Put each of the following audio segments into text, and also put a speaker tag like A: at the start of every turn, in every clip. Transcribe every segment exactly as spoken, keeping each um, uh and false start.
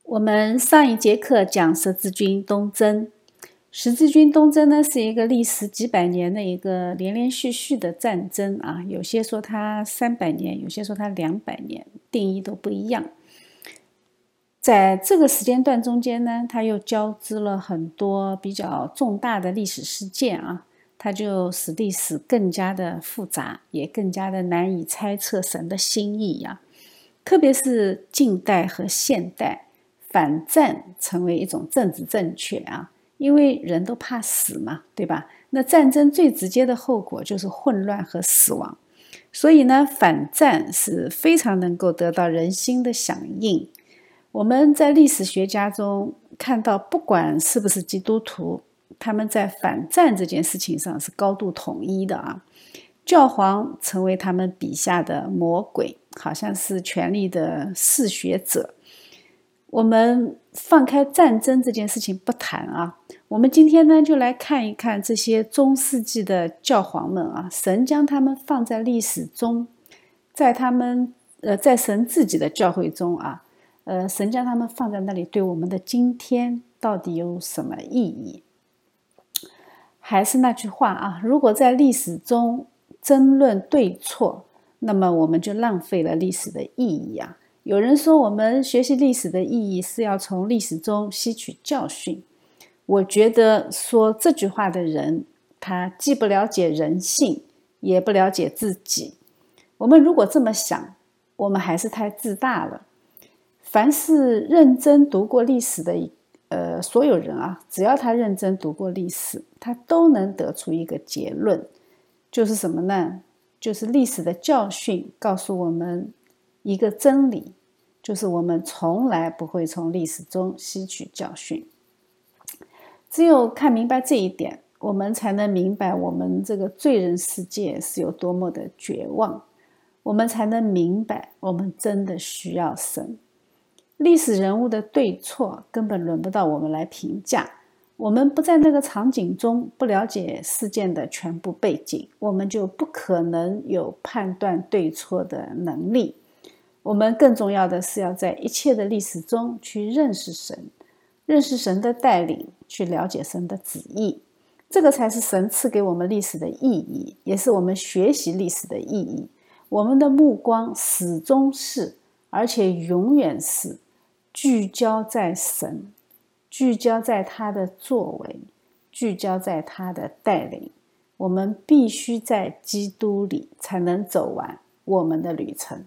A: 我们上一节课讲十字军东征，十字军东征呢是一个历时几百年的一个连连续续的战争啊，有些说它三百年，有些说它两百年，定义都不一样。在这个时间段中间呢，它又交织了很多比较重大的历史事件啊，它就使历史更加的复杂，也更加的难以猜测神的心意呀、啊。特别是近代和现代，反战成为一种政治正确啊，因为人都怕死嘛，对吧？那战争最直接的后果就是混乱和死亡，所以呢，反战是非常能够得到人心的响应。我们在历史学家中看到，不管是不是基督徒，他们在反战这件事情上是高度统一的啊。教皇成为他们笔下的魔鬼，好像是权力的嗜血者。我们放开战争这件事情不谈啊，我们今天呢就来看一看这些中世纪的教皇们啊，神将他们放在历史中，在他们呃在神自己的教会中啊，呃神将他们放在那里，对我们的今天到底有什么意义？还是那句话啊，如果在历史中争论对错，那么我们就浪费了历史的意义啊。有人说我们学习历史的意义是要从历史中吸取教训，我觉得说这句话的人，他既不了解人性，也不了解自己。我们如果这么想，我们还是太自大了。凡是认真读过历史的呃所有人啊，只要他认真读过历史，他都能得出一个结论，就是什么呢？就是历史的教训告诉我们一个真理，就是我们从来不会从历史中吸取教训。只有看明白这一点，我们才能明白我们这个罪人世界是有多么的绝望，我们才能明白我们真的需要神。历史人物的对错根本轮不到我们来评价，我们不在那个场景中，不了解事件的全部背景，我们就不可能有判断对错的能力。我们更重要的是要在一切的历史中去认识神，认识神的带领，去了解神的旨意，这个才是神赐给我们历史的意义，也是我们学习历史的意义。我们的目光始终是，而且永远是聚焦在神，聚焦在他的作为，聚焦在他的带领。我们必须在基督里才能走完我们的旅程。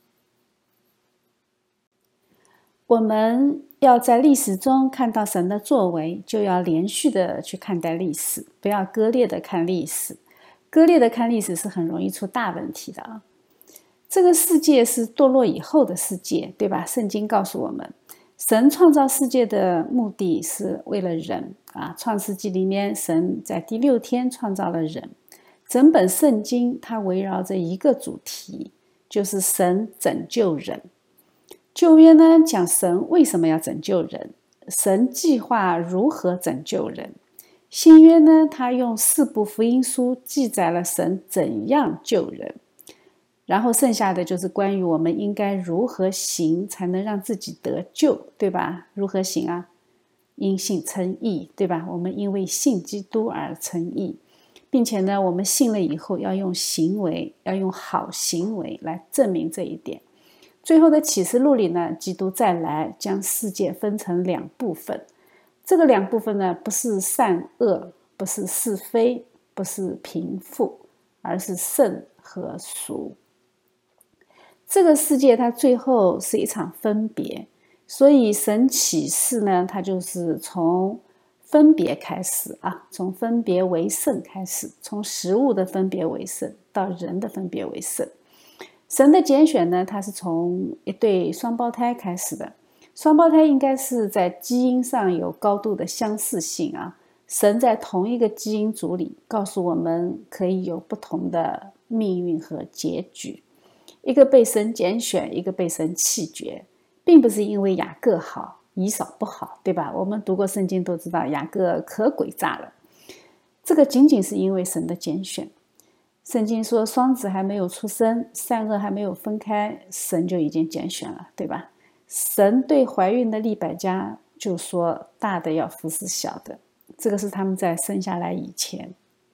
A: 我们要在历史中看到神的作为，就要连续的去看待历史，不要割裂的看历史。割裂的看历史是很容易出大问题的啊。这个世界是堕落以后的世界，对吧？圣经告诉我们，神创造世界的目的是为了人啊。创世纪里面，神在第六天创造了人。整本圣经它围绕着一个主题，就是神拯救人。旧约呢，讲神为什么要拯救人，神计划如何拯救人。新约呢，他用四部福音书记载了神怎样救人。然后剩下的就是关于我们应该如何行才能让自己得救，对吧？如何行啊？因信称义，对吧？我们因为信基督而称义，并且呢，我们信了以后要用行为，要用好行为来证明这一点。最后的启示录里呢，基督再来将世界分成两部分，这个两部分呢，不是善恶，不是是非，不是贫富，而是圣和俗。这个世界它最后是一场分别，所以神启示呢，它就是从分别开始啊，从分别为圣开始，从食物的分别为圣到人的分别为圣。神的拣选呢，它是从一对双胞胎开始的。双胞胎应该是在基因上有高度的相似性啊。神在同一个基因组里告诉我们可以有不同的命运和结局。一个被神拣选，一个被神弃绝，并不是因为雅各好，以扫不好，对吧？我们读过圣经都知道雅各可诡诈了。这个仅仅是因为神的拣选。圣经说双子还没有出生，善恶还没有分开，神就已经拣选了，对吧？ 神对怀孕的利百加就说大的要服侍小的，这个是他们在生下来以前。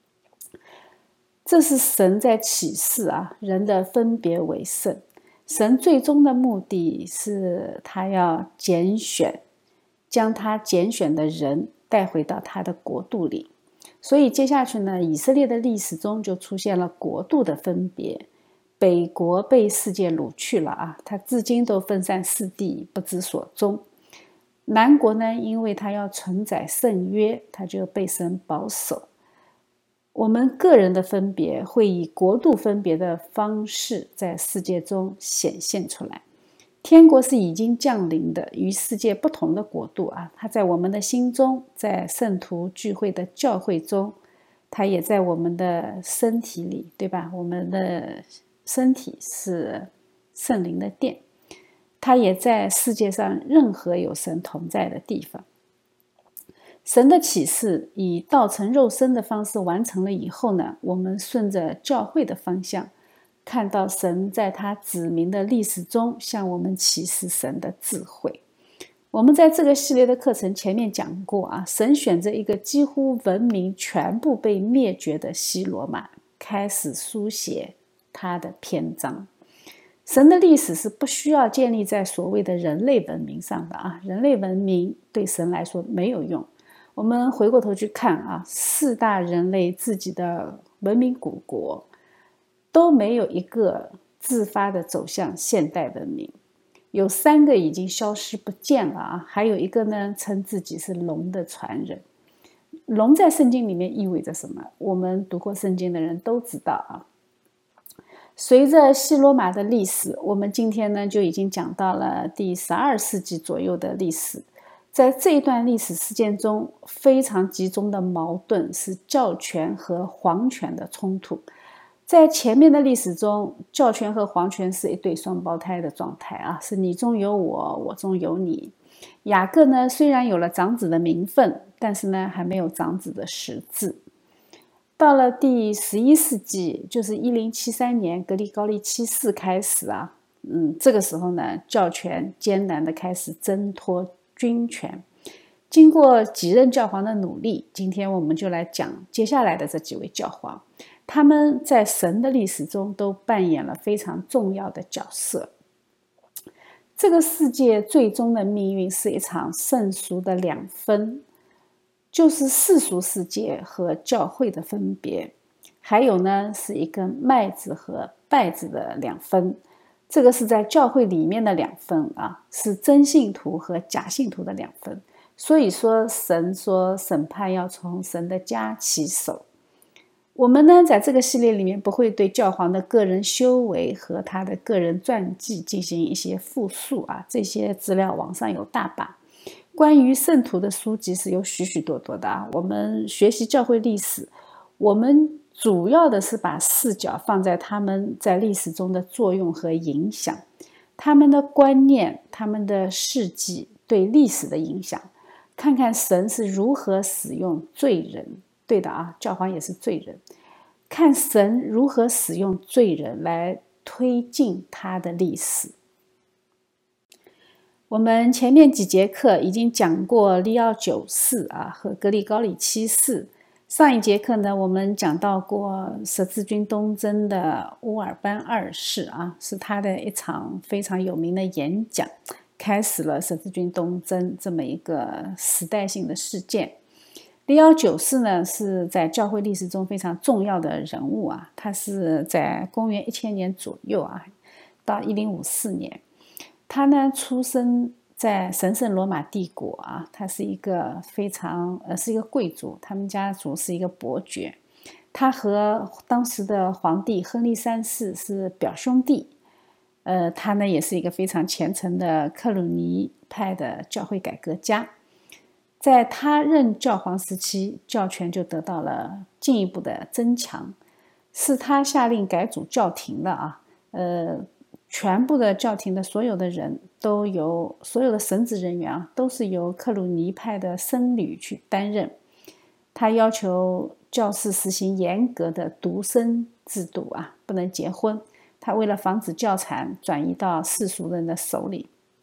A: 这是神在启示啊，人的分别为圣。神最终的目的是他要拣选，将他拣选的人带回到他的国度里。所以接下去呢，以色列的历史中就出现了国度的分别。北国被世界掳去了啊，他至今都分散四地，不知所踪。南国呢，因为他要承载圣约，他就被神保守。我们个人的分别会以国度分别的方式在世界中显现出来。天国是已经降临的，与世界不同的国度啊，它在我们的心中，在圣徒聚会的教会中，它也在我们的身体里，对吧？我们的身体是圣灵的殿，它也在世界上任何有神同在的地方。神的启示以道成肉身的方式完成了以后呢，我们顺着教会的方向，看到神在他子民的历史中向我们启示神的智慧。我们在这个系列的课程前面讲过啊，神选择一个几乎文明全部被灭绝的西罗马，开始书写他的篇章。神的历史是不需要建立在所谓的人类文明上的啊，人类文明对神来说没有用。我们回过头去看啊，四大人类自己的文明古国都没有一个自发的走向现代文明，有三个已经消失不见了啊，还有一个呢称自己是龙的传人。龙在圣经里面意味着什么？我们读过圣经的人都知道啊。随着西罗马的历史，我们今天呢就已经讲到了第十二世纪左右的历史。在这一段历史事件中，非常集中的矛盾是教权和皇权的冲突。在前面的历史中，教权和皇权是一对双胞胎的状态啊，是你中有我，我中有你。雅各呢，虽然有了长子的名分，但是呢，还没有长子的实质。到了第十一世纪，就是一零七三年格里高利七世开始啊，嗯，这个时候呢，教权艰难的开始挣脱君权。经过几任教皇的努力，今天我们就来讲接下来的这几位教皇，他们在神的历史中都扮演了非常重要的角色。这个世界最终的命运是一场圣俗的两分，就是世俗世界和教会的分别，还有呢是一个麦子和稗子的两分。这个是在教会里面的两分啊，是真信徒和假信徒的两分。所以说神说审判要从神的家起手。我们呢在这个系列里面不会对教皇的个人修为和他的个人传记进行一些复述啊，这些资料网上有大把。关于圣徒的书籍是有许许多多的啊，我们学习教会历史，我们主要的是把视角放在他们在历史中的作用和影响，他们的观念，他们的事迹对历史的影响，看看神是如何使用罪人，对的啊，教皇也是罪人，看神如何使用罪人来推进他的历史。我们前面几节课已经讲过利奥九世啊和格里高里七世。上一节课呢，我们讲到过十字军东征的乌尔班二世啊，是他的一场非常有名的演讲，开始了十字军东征这么一个时代性的事件。利奥九世呢，是在教会历史中非常重要的人物啊，他是在公元一千年左右啊，到一零五四年，他呢出生在神圣罗马帝国啊，他是一个非常呃是一个贵族，他们家族是一个伯爵，他和当时的皇帝亨利三世是表兄弟，呃，他呢也是一个非常虔诚的克鲁尼派的教会改革家。在他任教皇时期，教权就得到了进一步的增强，是他下令改组教廷的啊，呃。全部的教廷的所有的人都由所有的神职人员啊，都是由克鲁尼派的僧侣去担任。他要求教士实行严格的独生制度啊，不能结婚。他为了防止教产转移到世俗人的手里，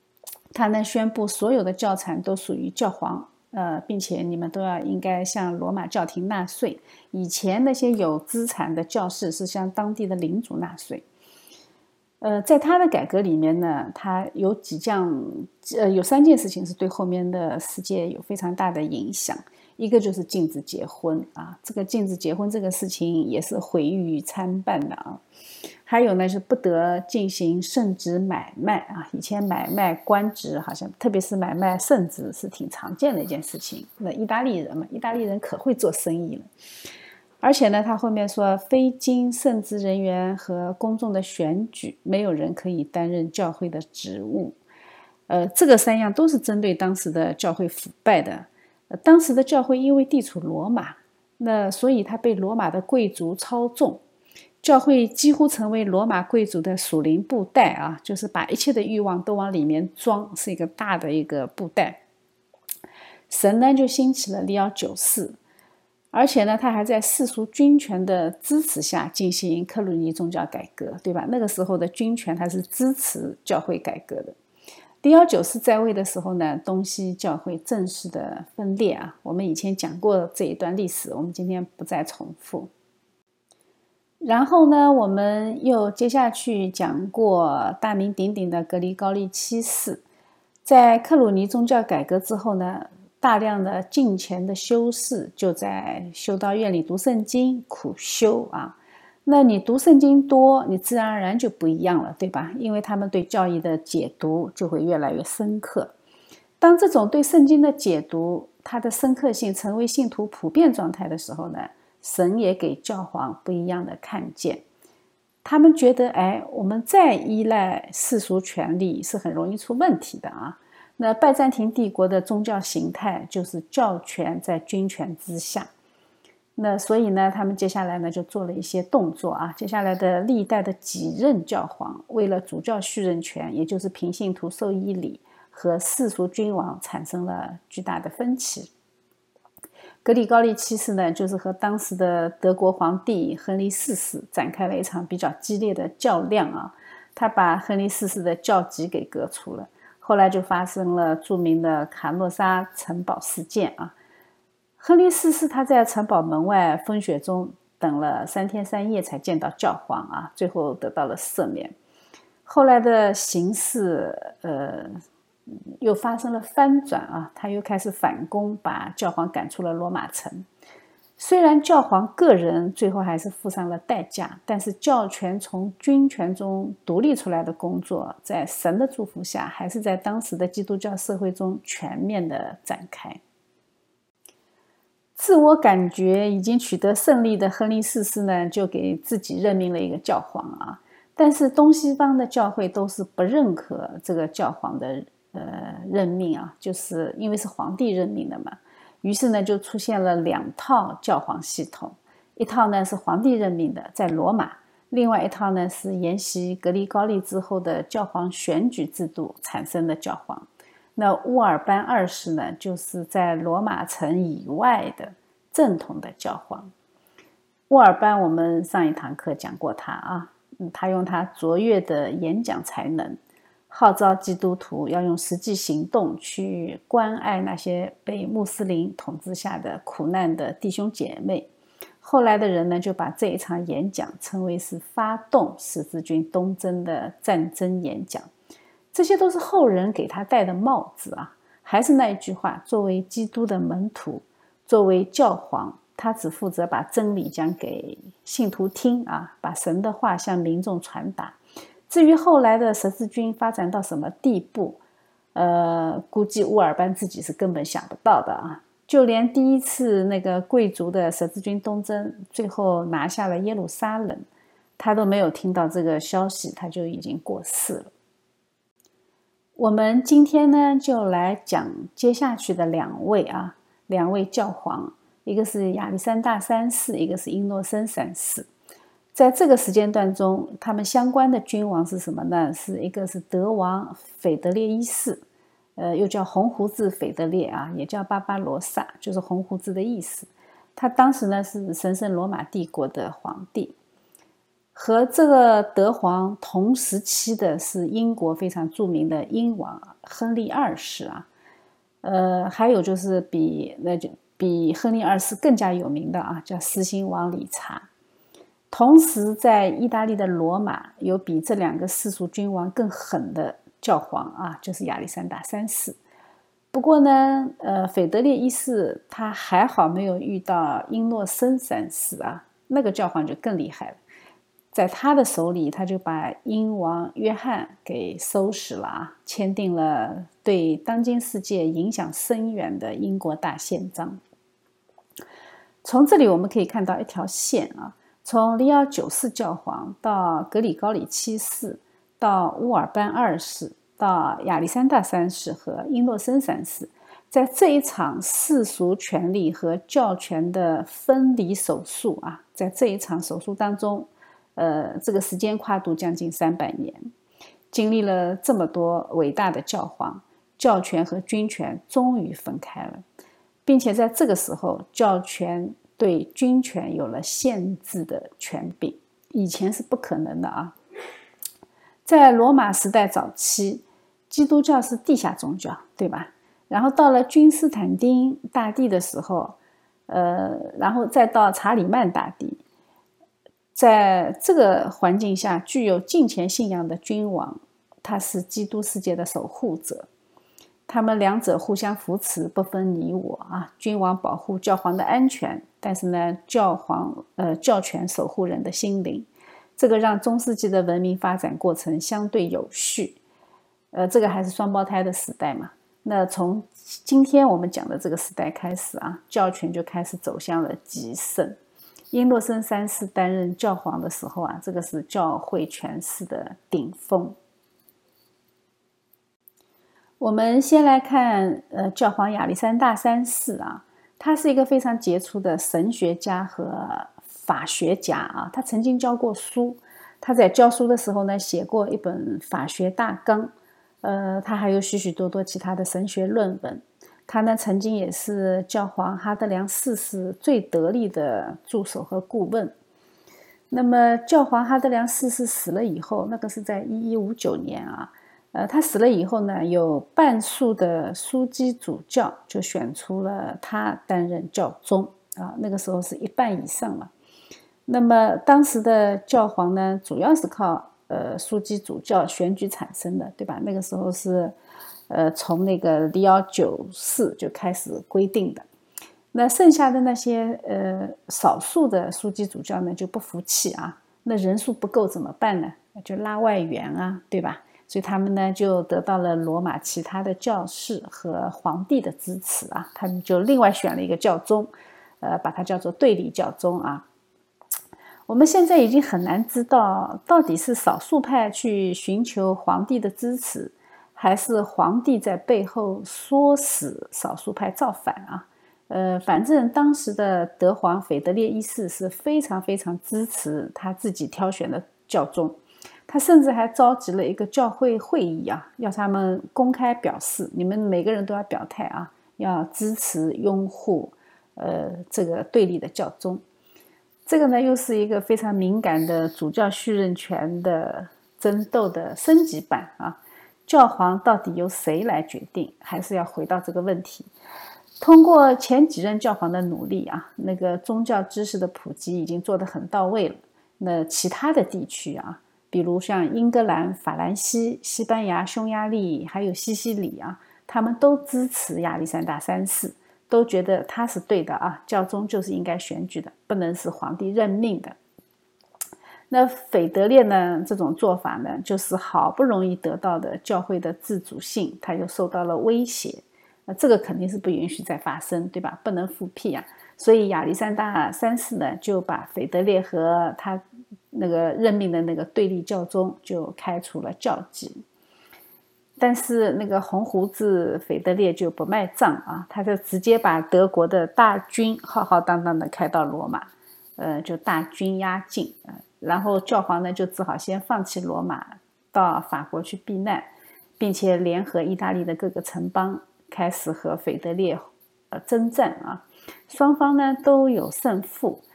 A: 他呢宣布所有的教产都属于教皇，呃，并且你们都要应该向罗马教廷纳税。以前那些有资产的教士是向当地的领主纳税。呃，在他的改革里面呢，他有几项，呃，有三件事情是对后面的世界有非常大的影响。一个就是禁止结婚啊，这个禁止结婚这个事情也是毁誉参半的啊。还有呢，是不得进行圣职买卖啊。以前买卖官职好像，特别是买卖圣职是挺常见的一件事情。那意大利人嘛，意大利人可会做生意了。而且呢，他后面说，非经圣职人员和公众的选举，没有人可以担任教会的职务。呃，这个三样都是针对当时的教会腐败的。呃，当时的教会因为地处罗马，那所以它被罗马的贵族操纵，教会几乎成为罗马贵族的属灵布袋啊，就是把一切的欲望都往里面装，是一个大的一个布袋。神呢就兴起了利奥九世。而且呢，他还在世俗军权的支持下进行克鲁尼宗教改革，对吧？那个时候的军权他是支持教会改革的。利奥九世在位的时候呢，东西教会正式的分裂啊。我们以前讲过这一段历史，我们今天不再重复。然后呢，我们又接下去讲过大名鼎鼎的格里高利七世。在克鲁尼宗教改革之后呢，大量的敬虔的修士就在修道院里读圣经，苦修啊。那你读圣经多，你自然而然就不一样了，对吧？因为他们对教义的解读就会越来越深刻。当这种对圣经的解读，它的深刻性成为信徒普遍状态的时候呢，神也给教皇不一样的看见。他们觉得，哎，我们再依赖世俗权力是很容易出问题的啊。那拜占庭帝国的宗教形态就是教权在军权之下，那所以呢，他们接下来呢就做了一些动作啊。接下来的历代的几任教皇为了主教续任权，也就是平信徒受益礼，和世俗君王产生了巨大的分歧。格里高利七世呢，就是和当时的德国皇帝亨利四世展开了一场比较激烈的较量啊。他把亨利四世的教籍给革除了。后来就发生了著名的卡诺沙城堡事件啊。亨利四世他在城堡门外风雪中等了三天三夜才见到教皇啊，最后得到了赦免。后来的形势呃又发生了翻转啊，他又开始反攻，把教皇赶出了罗马城。虽然教皇个人最后还是付上了代价，但是教权从军权中独立出来的工作，在神的祝福下，还是在当时的基督教社会中全面的展开。自我感觉已经取得胜利的亨利四世呢，就给自己任命了一个教皇啊。但是东西方的教会都是不认可这个教皇的呃任命啊，就是因为是皇帝任命的嘛。于是呢，就出现了两套教皇系统，一套呢是皇帝任命的，在罗马；另外一套呢是沿袭格里高利之后的教皇选举制度产生的教皇。那乌尔班二世呢，就是在罗马城以外的正统的教皇。乌尔班我们上一堂课讲过他啊，他用他卓越的演讲才能，号召基督徒要用实际行动去关爱那些被穆斯林统治下的苦难的弟兄姐妹。后来的人呢，就把这一场演讲称为是发动十字军东征的战争演讲。这些都是后人给他戴的帽子啊。还是那一句话，作为基督的门徒，作为教皇，他只负责把真理讲给信徒听啊，把神的话向民众传达。至于后来的十字军发展到什么地步，呃，估计乌尔班自己是根本想不到的啊。就连第一次那个贵族的十字军东征，最后拿下了耶路撒冷，他都没有听到这个消息，他就已经过世了。我们今天呢，就来讲接下去的两位啊，两位教皇，一个是亚历山大三世，一个是英诺森三世。在这个时间段中，他们相关的君王是什么呢？是一个是德王腓德烈一世，呃，又叫红胡子腓德烈啊，也叫巴巴罗萨，就是红胡子的意思。他当时呢是神圣罗马帝国的皇帝。 和这个德皇同时期的是英国非常著名的英王亨利二世啊，呃，还有就是比那就比亨利二世更加有名的啊，叫狮心王理查。同时，在意大利的罗马有比这两个世俗君王更狠的教皇啊，就是亚历山大三世。不过呢，呃，腓德烈一世他还好没有遇到英诺森三世啊，那个教皇就更厉害了。在他的手里，他就把英王约翰给收拾了啊，签订了对当今世界影响深远的英国大宪章。从这里我们可以看到一条线啊，从利奥九世教皇到格里高里七世，到乌尔班二世，到亚历山大三世和英诺森三世，在这一场世俗权力和教权的分离手术啊，在这一场手术当中，呃，这个时间跨度将近三百年，经历了这么多伟大的教皇，教权和军权终于分开了，并且在这个时候，教权对军权有了限制的权柄，以前是不可能的啊。在罗马时代早期，基督教是地下宗教，对吧？然后到了君士坦丁大帝的时候，呃，然后再到查理曼大帝。在这个环境下，具有敬虔信仰的君王，他是基督世界的守护者，他们两者互相扶持，不分你我啊。君王保护教皇的安全，但是呢，教皇呃教权守护人的心灵，这个让中世纪的文明发展过程相对有序。呃，这个还是双胞胎的时代嘛。那从今天我们讲的这个时代开始啊，教权就开始走向了极盛。英诺森三世担任教皇的时候啊，这个是教会权势的顶峰。我们先来看呃，教皇亚历山大三世啊，他是一个非常杰出的神学家和法学家啊，他曾经教过书，他在教书的时候呢，写过一本法学大纲，呃，他还有许许多多其他的神学论文。他呢，曾经也是教皇哈德良四世最得力的助手和顾问。那么，教皇哈德良四世死了以后，那个是在一一五九年啊，呃，他死了以后呢，有半数的枢机主教就选出了他担任教宗啊，那个时候是一半以上了。那么，当时的教皇呢，主要是靠呃枢机主教选举产生的，对吧？那个时候是。呃，从那个利奥九世就开始规定的。那剩下的那些呃少数的枢机主教呢，就不服气啊，那人数不够怎么办呢？就拉外援啊，对吧？所以他们呢就得到了罗马其他的教士和皇帝的支持啊，他们就另外选了一个教宗，呃，把它叫做对立教宗啊。我们现在已经很难知道，到底是少数派去寻求皇帝的支持，还是皇帝在背后唆使少数派造反啊？呃，反正当时的德皇腓德烈一世是非常非常支持他自己挑选的教宗，他甚至还召集了一个教会会议啊，要他们公开表示，你们每个人都要表态啊，要支持拥护呃这个对立的教宗。这个呢，又是一个非常敏感的主教续任权的争斗的升级版啊。教皇到底由谁来决定，还是要回到这个问题。通过前几任教皇的努力啊，那个宗教知识的普及已经做得很到位了。那其他的地区啊，比如像英格兰、法兰西、西班牙、匈牙利还有西西里啊，他们都支持亚历山大三世，都觉得他是对的啊，教宗就是应该选举的，不能是皇帝任命的。那腓德烈呢，这种做法呢，就是好不容易得到的教会的自主性，他又受到了威胁，那这个肯定是不允许再发生，对吧？不能复辟啊。所以亚历山大三世呢，就把腓德烈和他那个任命的那个对立教宗就开除了教籍。但是那个红胡子腓德烈就不卖账啊，他就直接把德国的大军浩浩荡荡的开到罗马，呃，就大军压境，呃，然后教皇呢就只好先放弃罗马，到法国去避难，并且联合意大利的各个城邦，开始和腓德烈呃征战啊。双方呢都有胜负，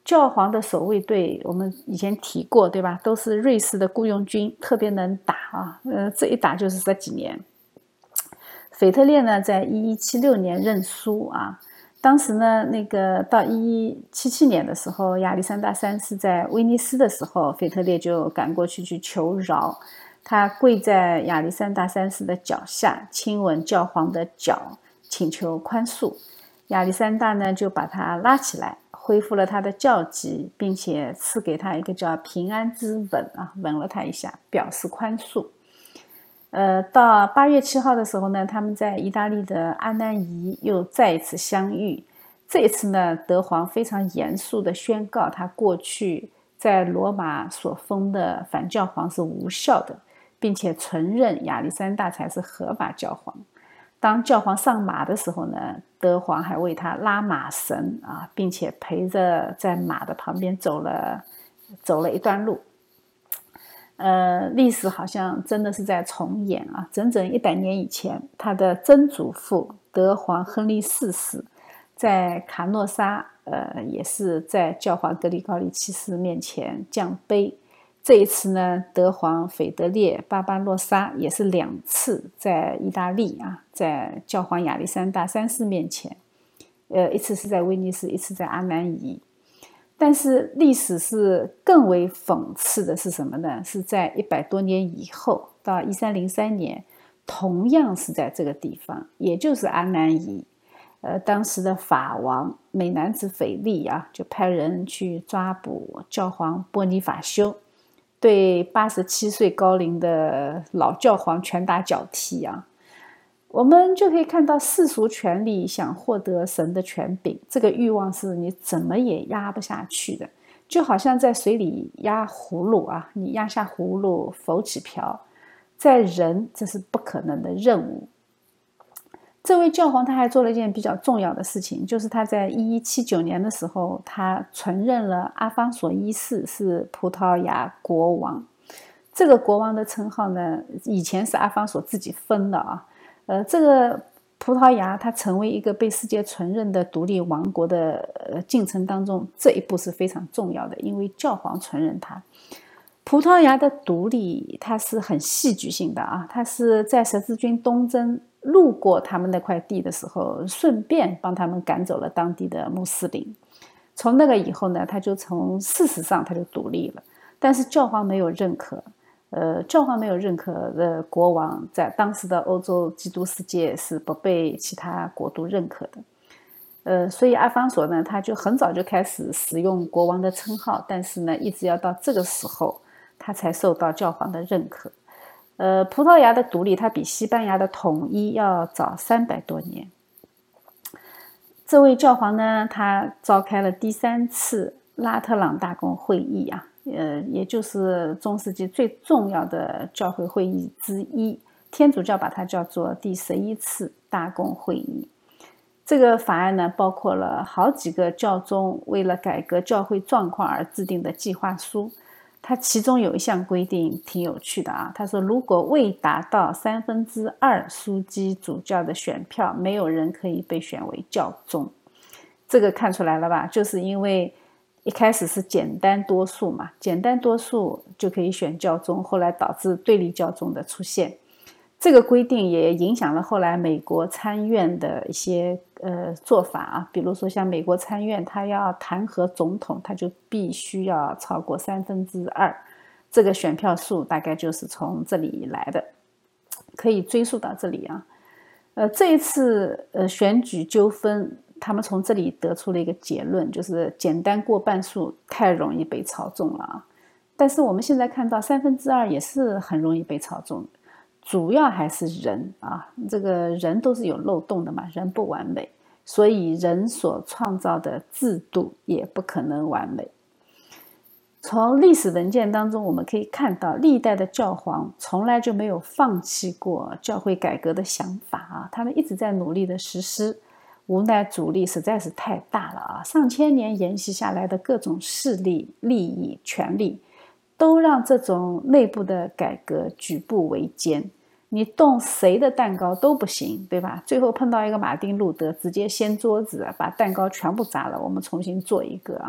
A: 教皇的守卫队我们以前提过，对吧？都是瑞士的雇佣军，特别能打啊，呃，这一打就是十几年。腓特烈呢，在一一七六年认输啊。当时呢，那个到一一七七年的时候，亚历山大三世在威尼斯的时候，腓特烈就赶过去去求饶。他跪在亚历山大三世的脚下，亲吻教皇的脚，请求宽恕。亚历山大呢，就把他拉起来，恢复了他的教籍，并且赐给他一个叫平安之吻啊，吻了他一下，表示宽恕。呃，到八月七号的时候呢，他们在意大利的阿南伊又再一次相遇。这一次呢，德皇非常严肃地宣告，他过去在罗马所封的反教皇是无效的，并且承认亚历山大才是合法教皇。当教皇上马的时候呢，德皇还为他拉马绳啊，并且陪着在马的旁边走了走了一段路。呃，历史好像真的是在重演啊！整整一百年以前，他的曾祖父德皇亨利四世在卡诺沙，呃，也是在教皇格里高利七世面前降杯。这一次呢，德皇腓特烈巴巴洛沙也是两次在意大利啊，在教皇亚历山大三世面前，呃，一次是在威尼斯，一次在阿南伊。但是历史是更为讽刺的是什么呢？是在一百多年以后，到一三零三年，同样是在这个地方，也就是阿南伊，呃，当时的法王美男子腓力啊，就派人去抓捕教皇波尼法修，对八十七岁高龄的老教皇拳打脚踢啊。我们就可以看到世俗权力想获得神的权柄，这个欲望是你怎么也压不下去的，就好像在水里压葫芦啊，你压下葫芦浮起瓢，在人这是不可能的任务。这位教皇他还做了一件比较重要的事情，就是他在一一七九年的时候，他承认了阿方索一世是葡萄牙国王。这个国王的称号呢，以前是阿方索自己分的啊。呃，这个葡萄牙它成为一个被世界承认的独立王国的呃进程当中，这一步是非常重要的，因为教皇承认它。葡萄牙的独立它是很戏剧性的啊，它是在十字军东征路过他们那块地的时候，顺便帮他们赶走了当地的穆斯林。从那个以后呢，他就从事实上他就独立了，但是教皇没有认可。呃，教皇没有认可的国王，在当时的欧洲基督世界是不被其他国度认可的。呃，所以阿方索呢，他就很早就开始使用国王的称号，但是呢，一直要到这个时候，他才受到教皇的认可。呃，葡萄牙的独立，它比西班牙的统一要早三百多年。这位教皇呢，他召开了第三次拉特朗大公会议啊。呃，也就是中世纪最重要的教会会议之一，天主教把它叫做第十一次大公会议。这个法案呢，包括了好几个教宗为了改革教会状况而制定的计划书。它其中有一项规定挺有趣的啊，他说如果未达到三分之二枢机主教的选票，没有人可以被选为教宗。这个看出来了吧？就是因为一开始是简单多数嘛，简单多数就可以选教宗，后来导致对立教宗的出现。这个规定也影响了后来美国参院的一些呃做法啊，比如说像美国参院，他要弹劾总统，他就必须要超过三分之二，这个选票数大概就是从这里来的，可以追溯到这里啊。呃，这一次呃选举纠纷，他们从这里得出了一个结论，就是简单过半数太容易被操纵了啊。但是我们现在看到三分之二也是很容易被操纵的，主要还是人啊，这个人都是有漏洞的嘛，人不完美，所以人所创造的制度也不可能完美。从历史文件当中我们可以看到，历代的教皇从来就没有放弃过教会改革的想法啊，他们一直在努力的实施，无奈阻力实在是太大了啊！上千年沿袭下来的各种势力、利益、权力，都让这种内部的改革举步维艰。你动谁的蛋糕都不行，对吧？最后碰到一个马丁路德，直接掀桌子，把蛋糕全部砸了，我们重新做一个啊！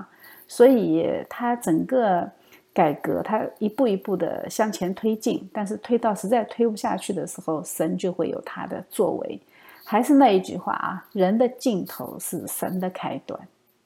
A: 所以他整个改革，他一步一步的向前推进，但是推到实在推不下去的时候，神就会有他的作为。还是那一句话啊，人的尽头是神的开端。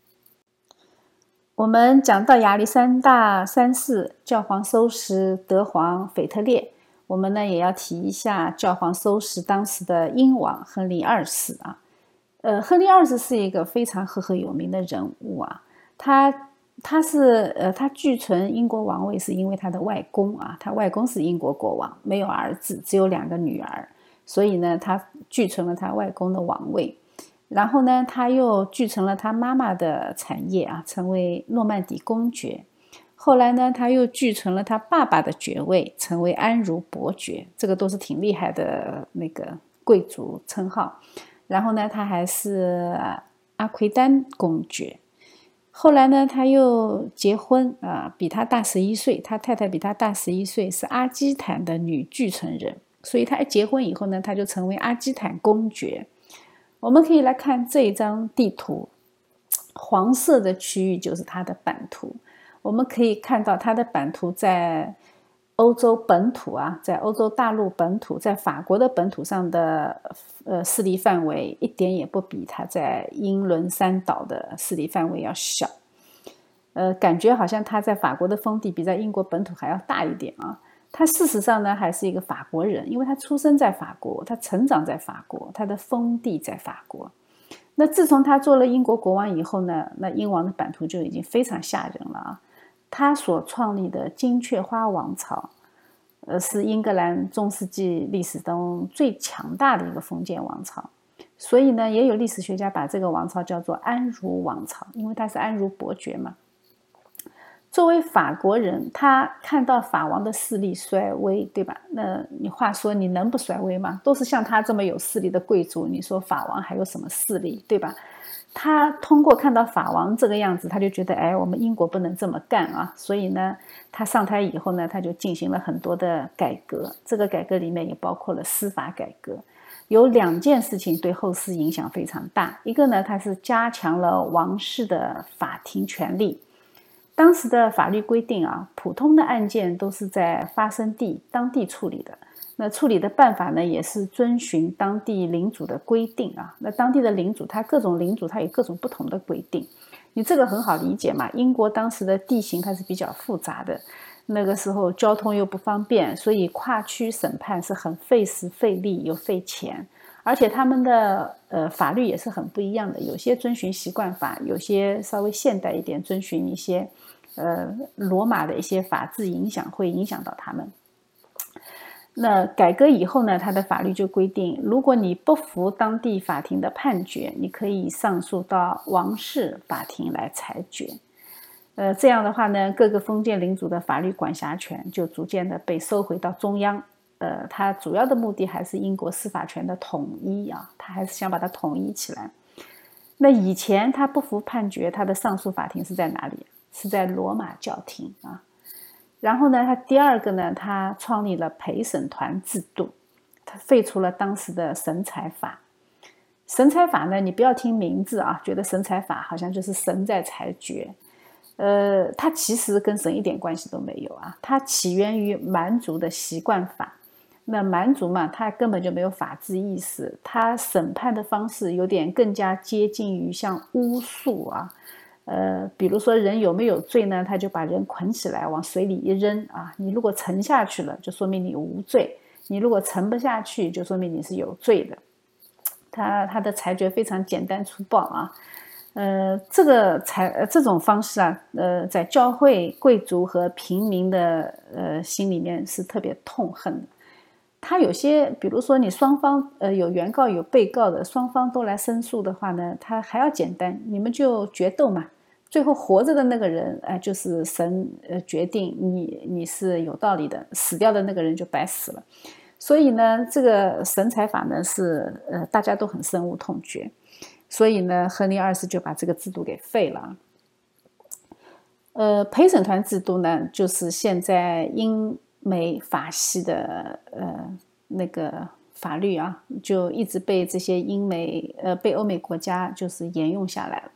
A: 我们讲到亚历山大三世教皇收拾德皇腓特烈，我们呢也要提一下教皇收拾当时的英王亨利二世啊。呃，亨利二世是一个非常赫赫有名的人物啊，他他是呃他据存英国王位是因为他的外公啊，他外公是英国国王，没有儿子，只有两个女儿，所以呢他据存了他外公的王位。然后呢，他又继承了他妈妈的产业啊，成为诺曼底公爵。后来呢，他又继承了他爸爸的爵位，成为安茹伯爵，这个都是挺厉害的那个贵族称号。然后呢，他还是阿奎丹公爵。后来呢，他又结婚啊，比他大十一岁，他太太比他大十一岁，是阿基坦的女继承人。所以他一结婚以后呢，他就成为阿基坦公爵。我们可以来看这一张地图，黄色的区域就是它的版图。我们可以看到它的版图在欧洲本土啊，在欧洲大陆本土，在法国的本土上的呃势力范围一点也不比它在英伦三岛的势力范围要小。呃，感觉好像它在法国的封地比在英国本土还要大一点啊。他事实上呢，还是一个法国人，因为他出生在法国，他成长在法国，他的封地在法国。那自从他做了英国国王以后呢，那英王的版图就已经非常吓人了啊！他所创立的金雀花王朝，呃，是英格兰中世纪历史中最强大的一个封建王朝。所以呢，也有历史学家把这个王朝叫做安茹王朝，因为他是安茹伯爵嘛。作为法国人，他看到法王的势力衰微，对吧？那你话说你能不衰微吗？都是像他这么有势力的贵族，你说法王还有什么势力，对吧？他通过看到法王这个样子，他就觉得，哎，我们英国不能这么干啊！所以呢，他上台以后呢，他就进行了很多的改革。这个改革里面也包括了司法改革，有两件事情对后世影响非常大。一个呢，他是加强了王室的法庭权力。当时的法律规定啊，普通的案件都是在发生地当地处理的。那处理的办法呢，也是遵循当地领主的规定啊。那当地的领主，他各种领主，他有各种不同的规定。你这个很好理解嘛？英国当时的地形它是比较复杂的，那个时候交通又不方便，所以跨区审判是很费时费力又费钱。而且他们的呃法律也是很不一样的，有些遵循习惯法，有些稍微现代一点，遵循一些呃罗马的一些法制影响，会影响到他们。那改革以后呢，他的法律就规定，如果你不服当地法庭的判决，你可以上诉到王室法庭来裁决。呃，这样的话呢，各个封建领主的法律管辖权就逐渐的被收回到中央。呃，他主要的目的还是英国司法权的统一啊，他还是想把它统一起来。那以前他不服判决，他的上诉法庭是在哪里？是在罗马教廷啊。然后呢，他第二个呢，他创立了陪审团制度，他废除了当时的审裁法。审裁法呢，你不要听名字啊，觉得审裁法好像就是神在裁决。呃，它其实跟神一点关系都没有啊，它起源于蛮族的习惯法。那蛮族嘛，他根本就没有法治意识，他审判的方式有点更加接近于像巫术啊，呃，比如说人有没有罪呢，他就把人捆起来往水里一扔啊，你如果沉下去了，就说明你无罪；你如果沉不下去，就说明你是有罪的。他他的裁决非常简单粗暴啊，呃，这个裁这种方式啊，呃，在教会、贵族和平民的呃心里面是特别痛恨的。他有些，比如说你双方呃有原告有被告的，双方都来申诉的话呢，他还要简单，你们就决斗嘛，最后活着的那个人，哎、呃，就是神呃决定你你是有道理的，死掉的那个人就白死了。所以呢，这个审裁法呢是呃大家都很深恶痛绝，所以呢，亨利二世就把这个制度给废了。呃，陪审团制度呢，就是现在英美法系的呃那个法律啊，就一直被这些英美呃被欧美国家就是沿用下来了。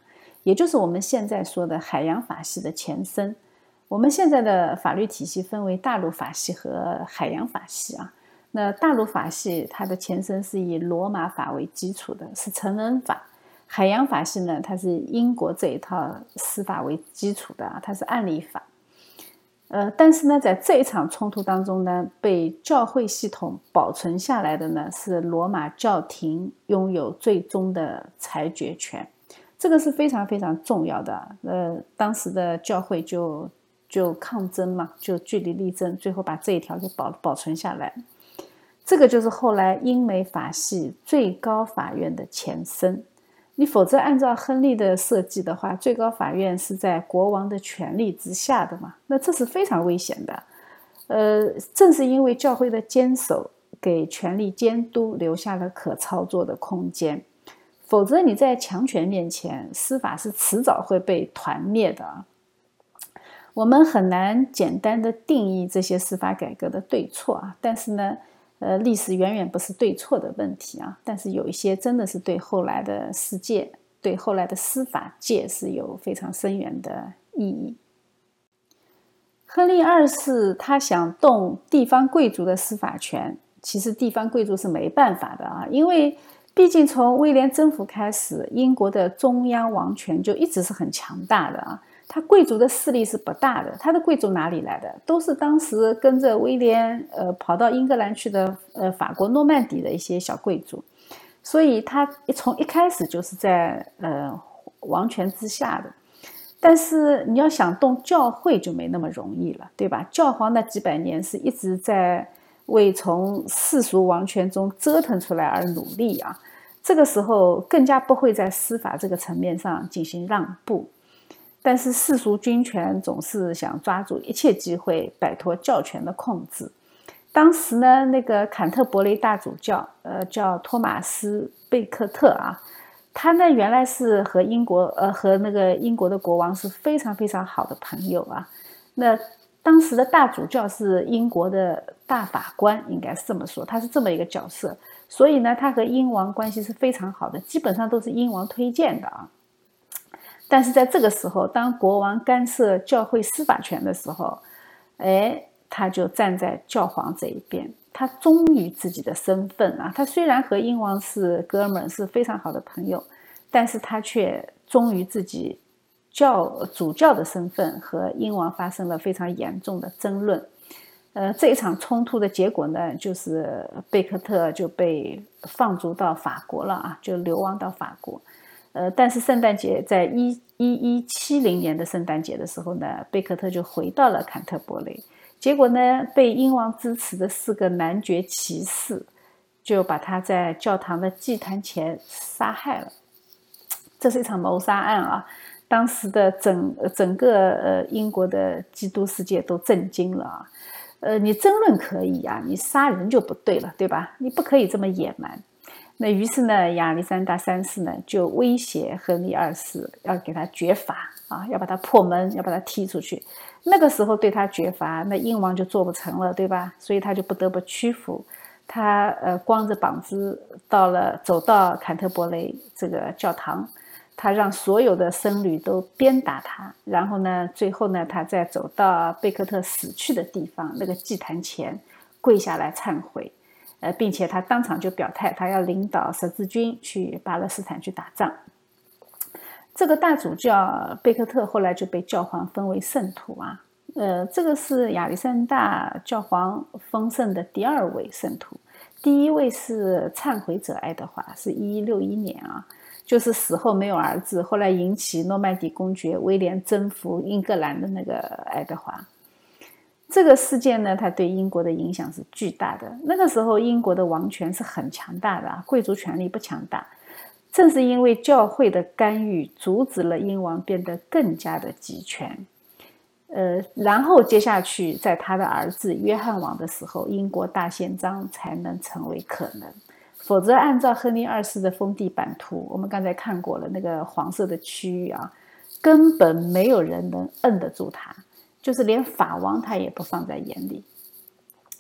A: 也就是我们现在说的海洋法系的前身。我们现在的法律体系分为大陆法系和海洋法系啊。那大陆法系它的前身是以罗马法为基础的，是成人法。海洋法系呢，它是英国这一套司法为基础的啊，它是案例法。呃，但是呢，在这一场冲突当中呢，被教会系统保存下来的呢，是罗马教廷拥有最终的裁决权，这个是非常非常重要的。呃，当时的教会就就抗争嘛，就据理力争，最后把这一条给保保存下来。这个就是后来英美法系最高法院的前身。你否则按照亨利的设计的话，最高法院是在国王的权力之下的嘛，那这是非常危险的。呃，正是因为教会的坚守，给权力监督留下了可操作的空间，否则你在强权面前，司法是迟早会被团灭的。我们很难简单的定义这些司法改革的对错啊，但是呢呃，历史远远不是对错的问题啊，但是有一些真的是对后来的世界，对后来的司法界是有非常深远的意义。亨利二世他想动地方贵族的司法权，其实地方贵族是没办法的啊，因为毕竟从威廉征服开始，英国的中央王权就一直是很强大的啊。他贵族的势力是不大的，他的贵族哪里来的？都是当时跟着威廉呃跑到英格兰去的呃法国诺曼底的一些小贵族，所以他从一开始就是在呃王权之下的。但是你要想动教会就没那么容易了，对吧？教皇那几百年是一直在为从世俗王权中折腾出来而努力啊，这个时候更加不会在司法这个层面上进行让步。但是世俗军权总是想抓住一切机会摆脱教权的控制。当时呢，那个坎特伯雷大主教，呃，叫托马斯·贝克特啊，他呢原来是和英国，呃，和那个英国的国王是非常非常好的朋友啊。那当时的大主教是英国的大法官，应该是这么说，他是这么一个角色，所以呢，他和英王关系是非常好的，基本上都是英王推荐的啊。但是在这个时候，当国王干涉教会司法权的时候，哎，他就站在教皇这一边，他忠于自己的身份啊。他虽然和英王是哥们，是非常好的朋友，但是他却忠于自己教主教的身份，和英王发生了非常严重的争论。呃，这一场冲突的结果呢，就是贝克特就被放逐到法国了啊，就流亡到法国。呃，但是圣诞节在一一一七零年的圣诞节的时候呢，贝克特就回到了坎特伯雷，结果呢，被英王支持的四个男爵骑士就把他在教堂的祭坛前杀害了。这是一场谋杀案啊！当时的整整个呃英国的基督世界都震惊了啊！呃，你争论可以啊，你杀人就不对了，对吧？你不可以这么野蛮。那于是呢，亚历山大三世呢就威胁亨利二世要给他绝罚啊，要把他破门，要把他踢出去。那个时候对他绝罚，那英王就做不成了，对吧？所以他就不得不屈服。他呃光着膀子到了，走到坎特伯雷这个教堂，他让所有的僧侣都鞭打他，然后呢，最后呢，他再走到贝克特死去的地方那个祭坛前，跪下来忏悔。呃，并且他当场就表态，他要领导十字军去巴勒斯坦去打仗。这个大主教贝克特后来就被教皇封为圣徒啊，呃，这个是亚历山大教皇封圣的第二位圣徒，第一位是忏悔者爱德华，是一一六一年啊，就是死后没有儿子，后来引起诺曼底公爵威廉征服英格兰的那个爱德华。这个事件呢，它对英国的影响是巨大的。那个时候，英国的王权是很强大的，贵族权力不强大。正是因为教会的干预，阻止了英王变得更加的集权。呃，然后接下去，在他的儿子约翰王的时候，英国大宪章才能成为可能。否则，按照亨利二世的封地版图，我们刚才看过了那个黄色的区域啊，根本没有人能摁得住他。就是连法王他也不放在眼里。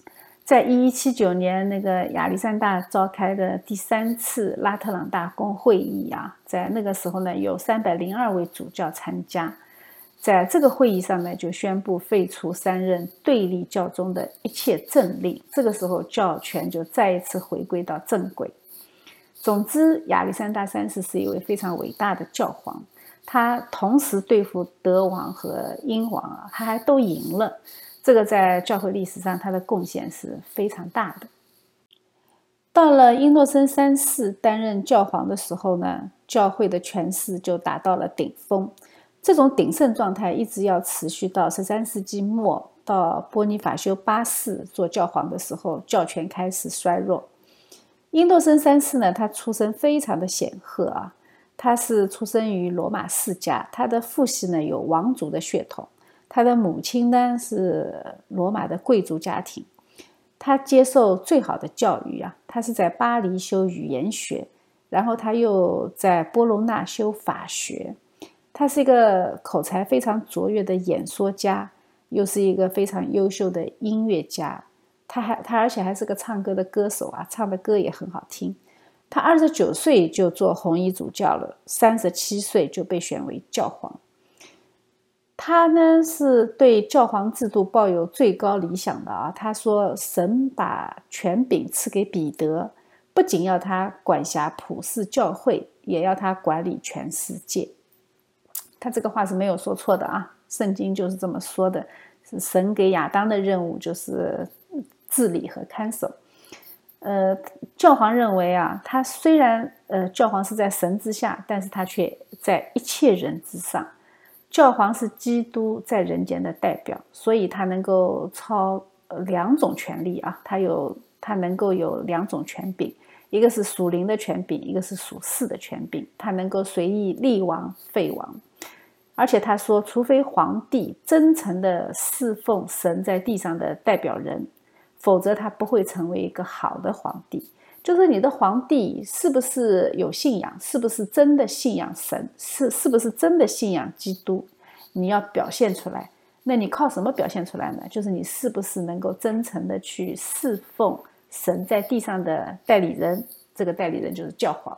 A: 在一一七九年那个亚历山大召开的第三次拉特朗大公会议啊，在那个时候呢，有三百零二位主教参加。在这个会议上呢，就宣布废除三任对立教宗的一切政令。这个时候，教权就再一次回归到正轨。总之，亚历山大三世是一位非常伟大的教皇，他同时对付德王和英王啊，他还都赢了。这个在教会历史上，他的贡献是非常大的。到了英诺森三世担任教皇的时候呢，教会的权势就达到了顶峰。这种鼎盛状态一直要持续到十三世纪末，到波尼法修八世做教皇的时候，教权开始衰弱。英诺森三世呢，他出身非常的显赫啊，他是出生于罗马世家，他的父系呢有王族的血统，他的母亲呢是罗马的贵族家庭，他接受最好的教育啊，他是在巴黎修语言学，然后他又在波隆纳修法学。他是一个口才非常卓越的演说家，又是一个非常优秀的音乐家。他还他而且还是个唱歌的歌手啊，唱的歌也很好听。他二十九岁就做红衣主教了，三十七岁就被选为教皇。他呢是对教皇制度抱有最高理想的啊。他说，神把权柄赐给彼得，不仅要他管辖普世教会，也要他管理全世界。他这个话是没有说错的啊，圣经就是这么说的，是神给亚当的任务就是治理和看守。呃，教皇认为啊，他虽然呃教皇是在神之下，但是他却在一切人之上。教皇是基督在人间的代表，所以他能够操两种权力啊，他有他能够有两种权柄，一个是属灵的权柄，一个是属世的权柄，他能够随意立王废王。而且他说，除非皇帝真诚地侍奉神在地上的代表人，否则他不会成为一个好的皇帝。就是你的皇帝是不是有信仰，是不是真的信仰神，是是不是真的信仰基督，你要表现出来。那你靠什么表现出来呢？就是你是不是能够真诚地去侍奉神在地上的代理人，这个代理人就是教皇。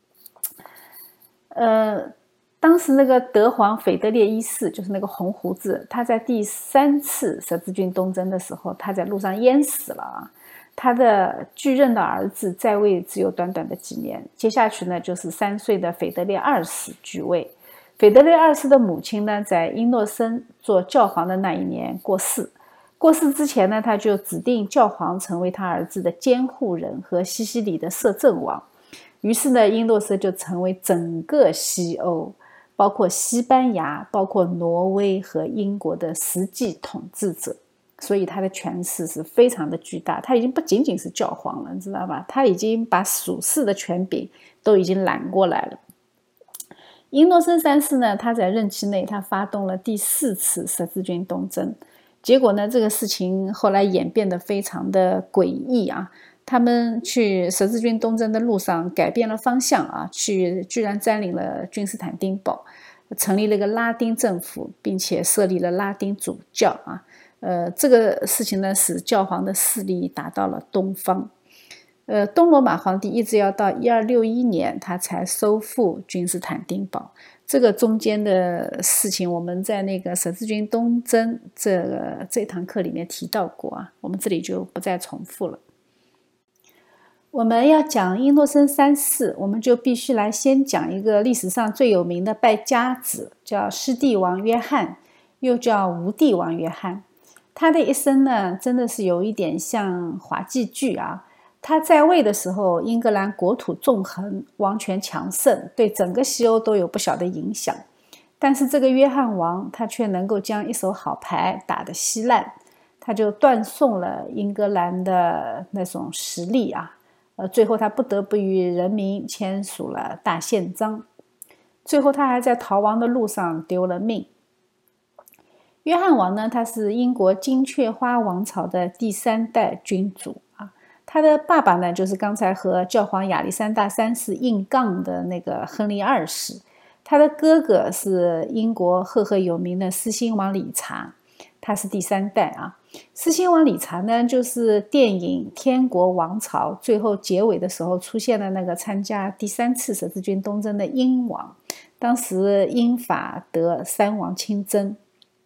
A: 呃当时那个德皇腓特烈一世，就是那个红胡子，他在第三次十字军东征的时候，他在路上淹死了啊。他的继任的儿子在位只有短短的几年，接下去呢就是三岁的腓特烈二世继位。腓特烈二世的母亲呢，在英诺森做教皇的那一年过世。过世之前呢，他就指定教皇成为他儿子的监护人和西西里的摄政王。于是呢，英诺森就成为整个西欧，包括西班牙、包括挪威和英国的实际统治者，所以他的权势是非常的巨大。他已经不仅仅是教皇了，你知道吧？他已经把属世的权柄都已经揽过来了。英诺森三世呢，他在任期内他发动了第四次十字军东征，结果呢，这个事情后来演变得非常的诡异啊。他们去十字军东征的路上改变了方向啊，去居然占领了君士坦丁堡，成立了一个拉丁政府，并且设立了拉丁主教啊。呃，这个事情呢，使教皇的势力达到了东方。呃，东罗马皇帝一直要到一二六一年，他才收复君士坦丁堡。这个中间的事情，我们在那个十字军东征这个这堂课里面提到过啊，我们这里就不再重复了。我们要讲英诺森三世，我们就必须来先讲一个历史上最有名的败家子，叫失地王约翰，又叫无地王约翰。他的一生呢，真的是有一点像滑稽剧啊。他在位的时候，英格兰国土纵横，王权强盛，对整个西欧都有不小的影响。但是这个约翰王，他却能够将一手好牌打得稀烂，他就断送了英格兰的那种实力啊。呃，最后他不得不与人民签署了大宪章，最后他还在逃亡的路上丢了命。约翰王呢，他是英国金雀花王朝的第三代君主啊。他的爸爸呢，就是刚才和教皇亚历山大三世硬杠的那个亨利二世。他的哥哥是英国赫赫有名的狮心王理查，他是第三代啊。 狮心王理查呢，就是电影《天国王朝》最后结尾的时候出现了那个参加第三次十字军东征的英王，当时英法德三王亲征。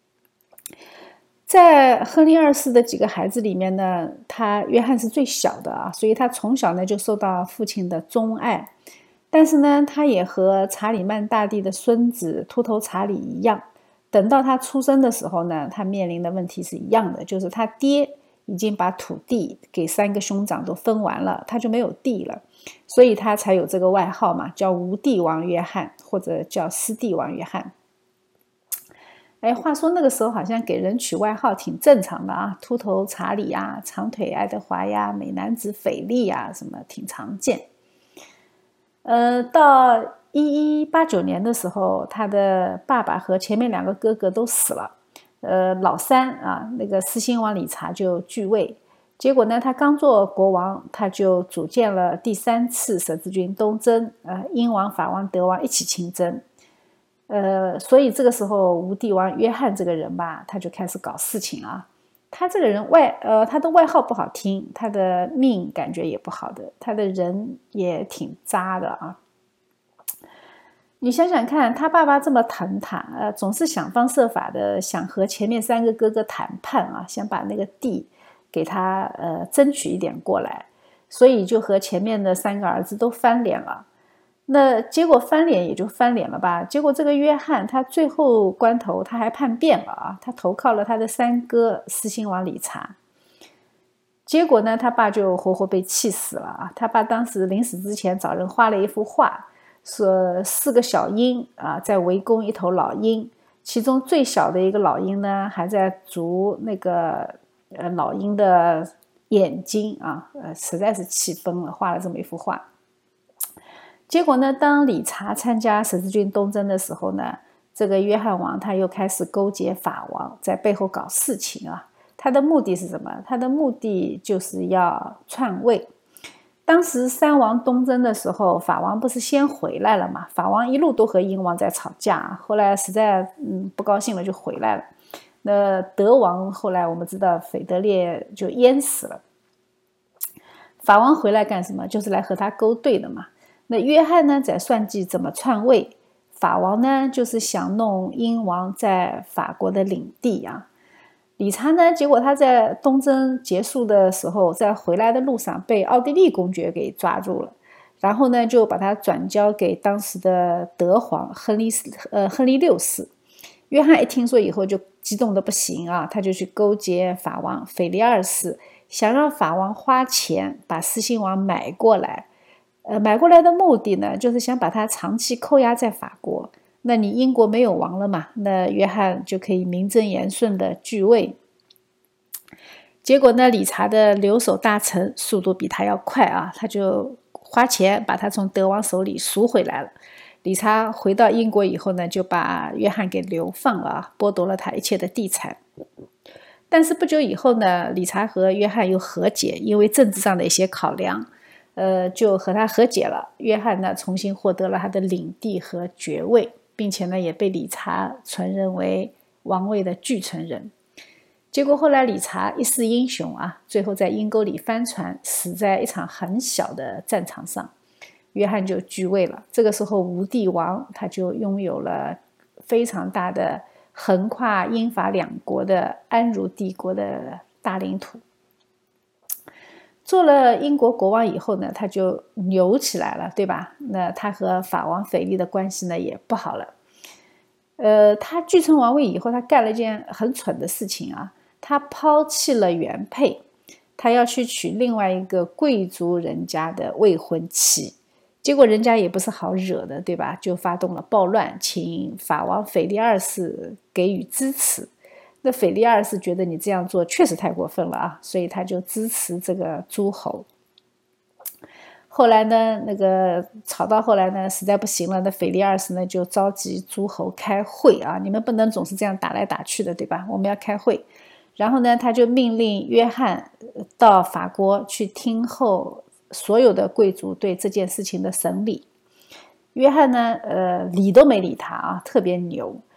A: 在亨利二世的几个孩子里面呢，他约翰是最小的啊，所以他从小呢就受到父亲的钟爱。但是呢，他也和查理曼大帝的孙子秃头查理一样，等到他出生的时候呢，他面临的问题是一样的，就是他爹已经把土地给三个兄长都分完了，他就没有地了，所以他才有这个外号嘛，叫无地王约翰，或者叫失地王约翰。哎，话说那个时候好像给人取外号挺正常的啊，秃头查理呀、长腿爱德华呀、美男子斐利呀，什么挺常见。呃，到一一八九年的时候，他的爸爸和前面两个哥哥都死了，呃，老三啊，那个狮心王理查就继位。结果呢，他刚做国王，他就组建了第三次十字军东征，呃，英王、法王、德王一起亲征。呃，所以这个时候无地王约翰这个人吧，他就开始搞事情啊。他这个人外，呃，他的外号不好听，他的命感觉也不好的，他的人也挺渣的啊。你想想看，他爸爸这么疼他，呃，总是想方设法的想和前面三个哥哥谈判啊，想把那个地给他呃争取一点过来，所以就和前面的三个儿子都翻脸了。那结果翻脸也就翻脸了吧，结果这个约翰他最后关头他还叛变了啊，他投靠了他的三哥狮心王理查。结果呢，他爸就活活被气死了啊！他爸当时临死之前找人画了一幅画，说四个小鹰啊在围攻一头老鹰，其中最小的一个老鹰呢还在啄那个呃老鹰的眼睛啊，呃实在是气疯了，画了这么一幅画。结果呢，当理查参加十字军东征的时候呢，这个约翰王他又开始勾结法王，在背后搞事情啊。他的目的是什么？他的目的就是要篡位。当时三王东征的时候，法王不是先回来了嘛？法王一路都和英王在吵架，后来实在嗯不高兴了就回来了。那德王后来我们知道腓德烈就淹死了。法王回来干什么？就是来和他勾兑的嘛。那约翰呢，在算计怎么篡位，法王呢，就是想弄英王在法国的领地啊。理查呢，结果他在东征结束的时候，在回来的路上被奥地利公爵给抓住了，然后呢，就把他转交给当时的德皇亨利呃亨利六世。约翰一听说以后就激动的不行啊，他就去勾结法王腓力二世，想让法王花钱把狮心王买过来。呃，买过来的目的呢，就是想把他长期扣押在法国。那你英国没有王了嘛？那约翰就可以名正言顺的继位。结果呢，理查的留守大臣速度比他要快啊，他就花钱把他从德王手里赎回来了。理查回到英国以后呢，就把约翰给流放了，剥夺了他一切的地产。但是不久以后呢，理查和约翰又和解，因为政治上的一些考量。呃，就和他和解了。约翰呢，重新获得了他的领地和爵位，并且呢，也被理查承认为王位的继承人。结果后来理查一世英雄啊，最后在阴沟里翻船，死在一场很小的战场上。约翰就继位了。这个时候，无地王他就拥有了非常大的横跨英法两国的安茹帝国的大领土。做了英国国王以后呢，他就牛起来了，对吧？那他和法王腓力的关系呢也不好了。呃，他继承王位以后，他干了一件很蠢的事情啊，他抛弃了原配，他要去娶另外一个贵族人家的未婚妻。结果人家也不是好惹的，对吧？就发动了暴乱，请法王腓力二世给予支持。那腓力二世觉得你这样做确实太过分了啊，所以他就支持这个诸侯。后来呢，那个吵到后来呢，实在不行了，那腓力二世呢就召集诸侯开会啊，你们不能总是这样打来打去的，对吧？我们要开会。然后呢，他就命令约翰到法国去听候所有的贵族对这件事情的审理。约翰呢，呃，理都没理他啊，特别牛。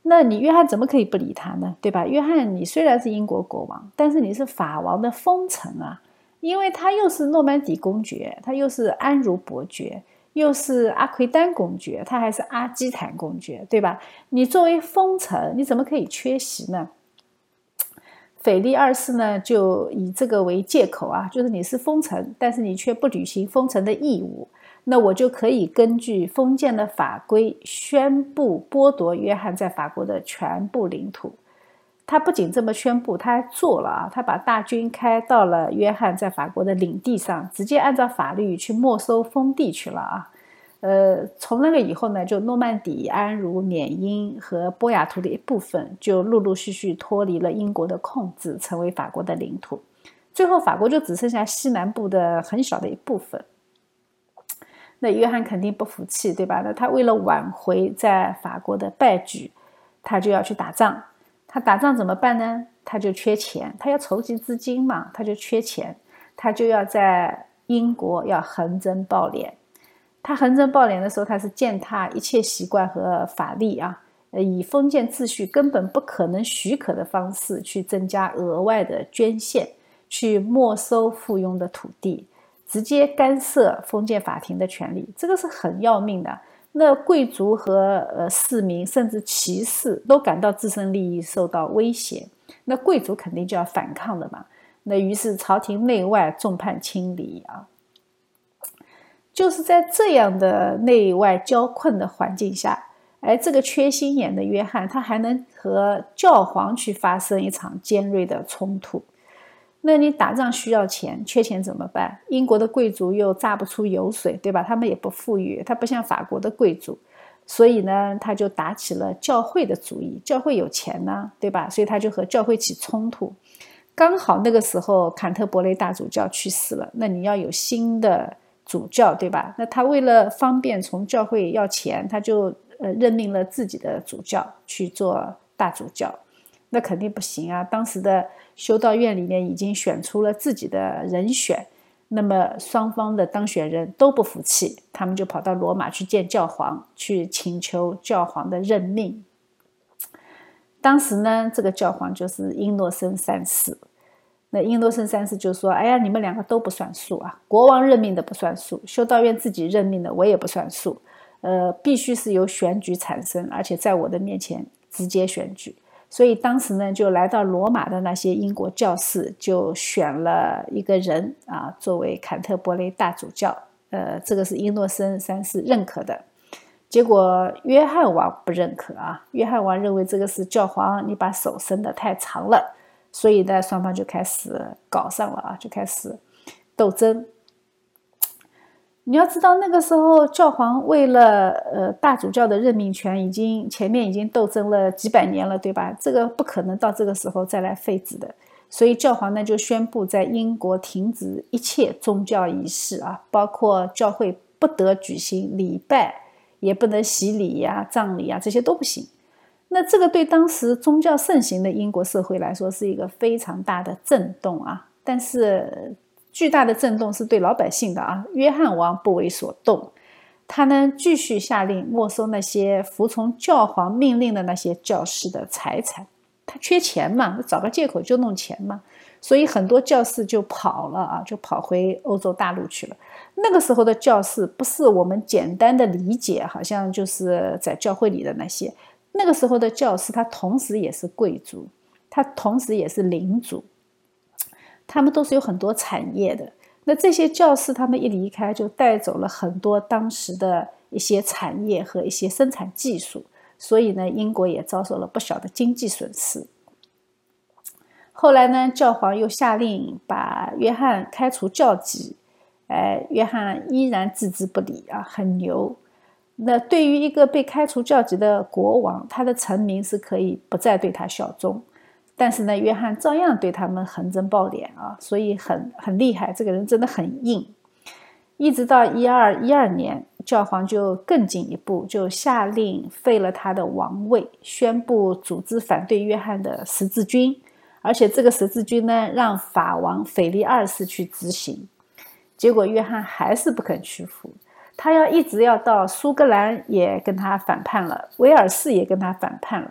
A: 那你约翰怎么可以不理他呢？对吧？约翰你虽然是英国国王，但是你是法王的封臣啊，因为他又是诺曼底公爵，他又是安茹伯爵，又是阿奎丹公爵，他还是阿基坦公爵，对吧？你作为封臣，你怎么可以缺席呢？腓力二世呢，就以这个为借口啊，就是你是封臣，但是你却不履行封臣的义务，那我就可以根据封建的法规宣布剥夺约翰在法国的全部领土。他不仅这么宣布，他还做了啊，他把大军开到了约翰在法国的领地上，直接按照法律去没收封地去了啊。呃，从那个以后呢，就诺曼底、安茹、缅因和波雅图的一部分就陆陆续续脱离了英国的控制，成为法国的领土。最后法国就只剩下西南部的很小的一部分。那约翰肯定不服气，对吧？那他为了挽回在法国的败局，他就要去打仗。他打仗怎么办呢？他就缺钱，他要筹集资金嘛，他就缺钱，他就要在英国要横征暴敛。他横征暴敛的时候，他是践踏一切习惯和法律啊，以封建秩序根本不可能许可的方式去增加额外的捐献，去没收附庸的土地，直接干涉封建法庭的权利，这个是很要命的。那贵族和呃市民甚至骑士都感到自身利益受到威胁，那贵族肯定就要反抗的嘛。那于是朝廷内外众叛亲离啊。就是在这样的内外交困的环境下，哎，这个缺心眼的约翰他还能和教皇去发生一场尖锐的冲突。那你打仗需要钱，缺钱怎么办？英国的贵族又榨不出油水，对吧？他们也不富裕，他不像法国的贵族，所以呢，他就打起了教会的主意。教会有钱呢，对吧？所以他就和教会起冲突。刚好那个时候坎特伯雷大主教去世了，那你要有新的主教，对吧？那他为了方便从教会要钱，他就呃任命了自己的主教去做大主教。那肯定不行啊，当时的修道院里面已经选出了自己的人选，那么双方的当选人都不服气，他们就跑到罗马去见教皇，去请求教皇的任命。当时呢，这个教皇就是英诺森三世。那英诺森三世就说，哎呀，你们两个都不算数啊，国王任命的不算数，修道院自己任命的我也不算数，呃，必须是由选举产生，而且在我的面前直接选举。所以当时呢，就来到罗马的那些英国教士就选了一个人啊，作为坎特伯雷大主教，呃，这个是英诺森三世认可的。结果约翰王不认可啊，约翰王认为这个是教皇你把手伸得太长了，所以呢，双方就开始搞上了啊，就开始斗争。你要知道那个时候教皇为了呃大主教的任命权已经前面已经斗争了几百年了，对吧？这个不可能到这个时候再来废止的，所以教皇呢就宣布在英国停止一切宗教仪式啊，包括教会不得举行礼拜，也不能洗礼呀、葬礼啊，这些都不行。那这个对当时宗教盛行的英国社会来说是一个非常大的震动啊，但是巨大的震动是对老百姓的啊，约翰王不为所动，他呢继续下令没收那些服从教皇命令的那些教士的财产，他缺钱嘛，找个借口就弄钱嘛，所以很多教士就跑了啊，就跑回欧洲大陆去了。那个时候的教士不是我们简单的理解，好像就是在教会里的那些，那个时候的教士他同时也是贵族，他同时也是领主，他们都是有很多产业的。那这些教士他们一离开，就带走了很多当时的一些产业和一些生产技术，所以呢，英国也遭受了不小的经济损失。后来呢，教皇又下令把约翰开除教籍，哎，约翰依然置之不理啊，很牛。那对于一个被开除教籍的国王，他的臣民是可以不再对他效忠。但是呢，约翰照样对他们横征暴敛啊，所以很很厉害，这个人真的很硬。一直到一二一二年，教皇就更进一步，就下令废了他的王位，宣布组织反对约翰的十字军，而且这个十字军呢，让法王腓力二世去执行。结果约翰还是不肯屈服，他要一直要到苏格兰也跟他反叛了，威尔士也跟他反叛了。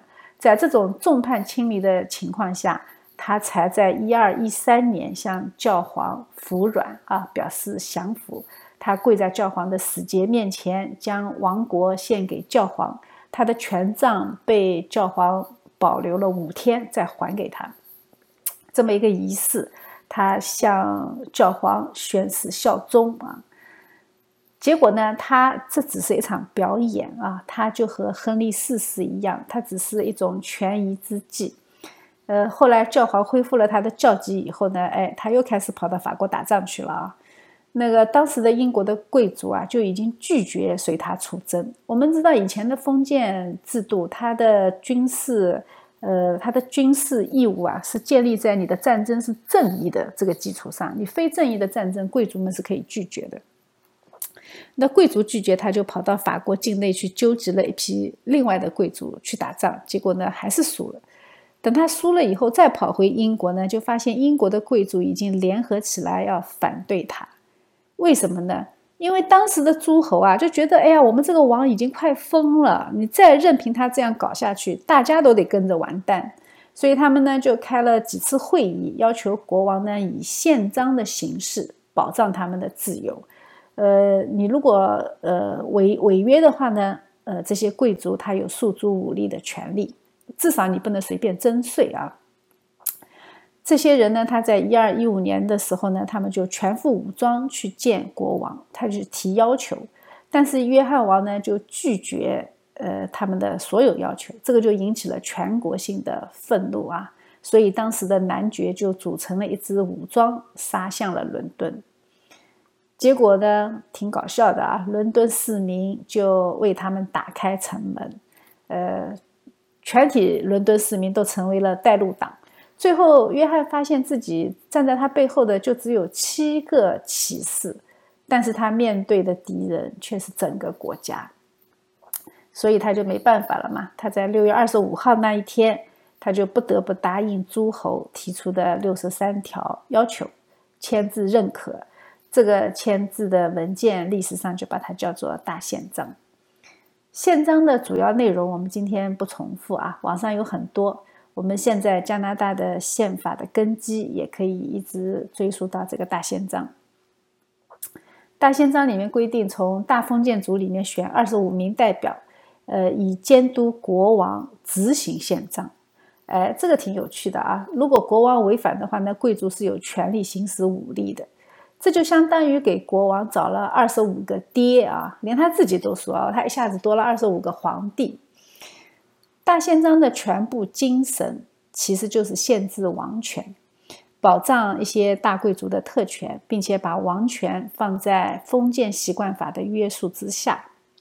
A: 在这种众叛亲离的情况下，他才在一二一三年向教皇服软啊，表示降服。他跪在教皇的死节面前，将王国献给教皇，他的权杖被教皇保留了五天，再还给他。这么一个仪式，他向教皇宣誓效忠啊。结果呢，他这只是一场表演啊，他就和亨利四世一样，他只是一种权宜之计。呃，后来教皇恢复了他的教籍以后呢，哎，他又开始跑到法国打仗去了啊。那个当时的英国的贵族啊，就已经拒绝随他出征。我们知道以前的封建制度，它的军事，呃，它的军事义务啊，是建立在你的战争是正义的这个基础上。你非正义的战争，贵族们是可以拒绝的。那贵族拒绝，他就跑到法国境内去纠集了一批另外的贵族去打仗，结果呢还是输了。等他输了以后，再跑回英国呢，就发现英国的贵族已经联合起来要反对他。为什么呢？因为当时的诸侯啊，就觉得，哎呀，我们这个王已经快疯了，你再任凭他这样搞下去，大家都得跟着完蛋。所以他们呢就开了几次会议，要求国王呢以宪章的形式保障他们的自由。呃，你如果呃违违约的话呢，呃，这些贵族他有诉诸武力的权利，至少你不能随便征税啊。这些人呢，他在一二一五年的时候呢，他们就全副武装去见国王，他就提要求，但是约翰王呢就拒绝呃他们的所有要求，这个就引起了全国性的愤怒啊，所以当时的男爵就组成了一支武装，杀向了伦敦。结果呢，挺搞笑的啊，伦敦市民就为他们打开城门，呃，全体伦敦市民都成为了带路党。最后，约翰发现自己站在他背后的就只有七个骑士，但是他面对的敌人却是整个国家，所以他就没办法了嘛。他在六月二十五号那一天，他就不得不答应诸侯提出的六十三条要求，签字认可。这个签字的文件，历史上就把它叫做大宪章。宪章的主要内容我们今天不重复啊，网上有很多。我们现在加拿大的宪法的根基也可以一直追溯到这个大宪章。大宪章里面规定，从大封建族里面选二十五名代表，呃，以监督国王执行宪章。哎，这个挺有趣的啊！如果国王违反的话，那贵族是有权利行使武力的。这就相当于给国王找了二十五个爹啊，连他自己都说啊，他一下子多了二十五个皇帝。大宪章的全部精神其实就是限制王权，保障一些大贵族的特权，并且把王权放在封建习惯法的约束之下。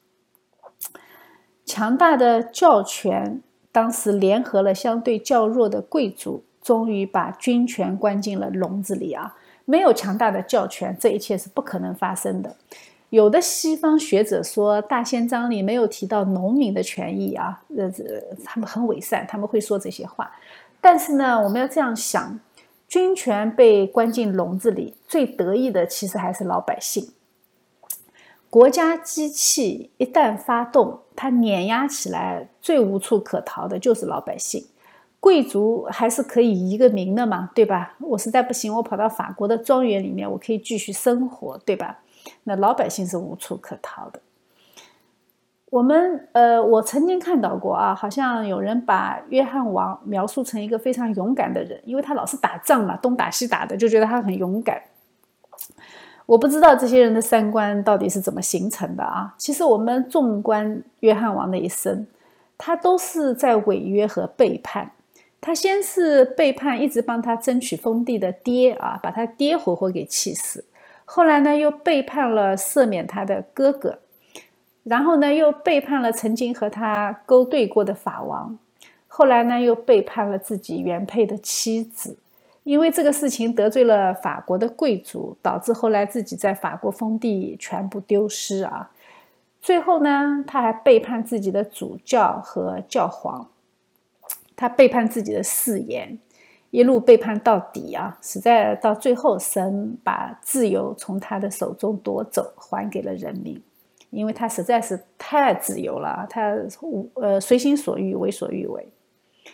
A: 强大的教权当时联合了相对较弱的贵族，终于把军权关进了笼子里啊！没有强大的教权，这一切是不可能发生的。有的西方学者说，大宪章里没有提到农民的权益啊，呃，他们很伪善，他们会说这些话。但是呢，我们要这样想，军权被关进笼子里，最得意的其实还是老百姓。国家机器一旦发动，它碾压起来，最无处可逃的就是老百姓。贵族还是可以移个民的嘛，对吧？我实在不行，我跑到法国的庄园里面，我可以继续生活，对吧？那老百姓是无处可逃的。我们呃，我曾经看到过啊，好像有人把约翰王描述成一个非常勇敢的人，因为他老是打仗嘛，东打西打的，就觉得他很勇敢。我不知道这些人的三观到底是怎么形成的啊。其实我们纵观约翰王的一生，他都是在违约和背叛。他先是背叛一直帮他争取封地的爹啊，把他爹活活给气死。后来呢，又背叛了赦免他的哥哥，然后呢，又背叛了曾经和他勾兑过的法王，后来呢，又背叛了自己原配的妻子。因为这个事情得罪了法国的贵族，导致后来自己在法国封地全部丢失啊。最后呢，他还背叛自己的主教和教皇，他背叛自己的誓言，一路背叛到底啊！实在到最后，神把自由从他的手中夺走，还给了人民，因为他实在是太自由了，他呃随心所欲，为所欲为。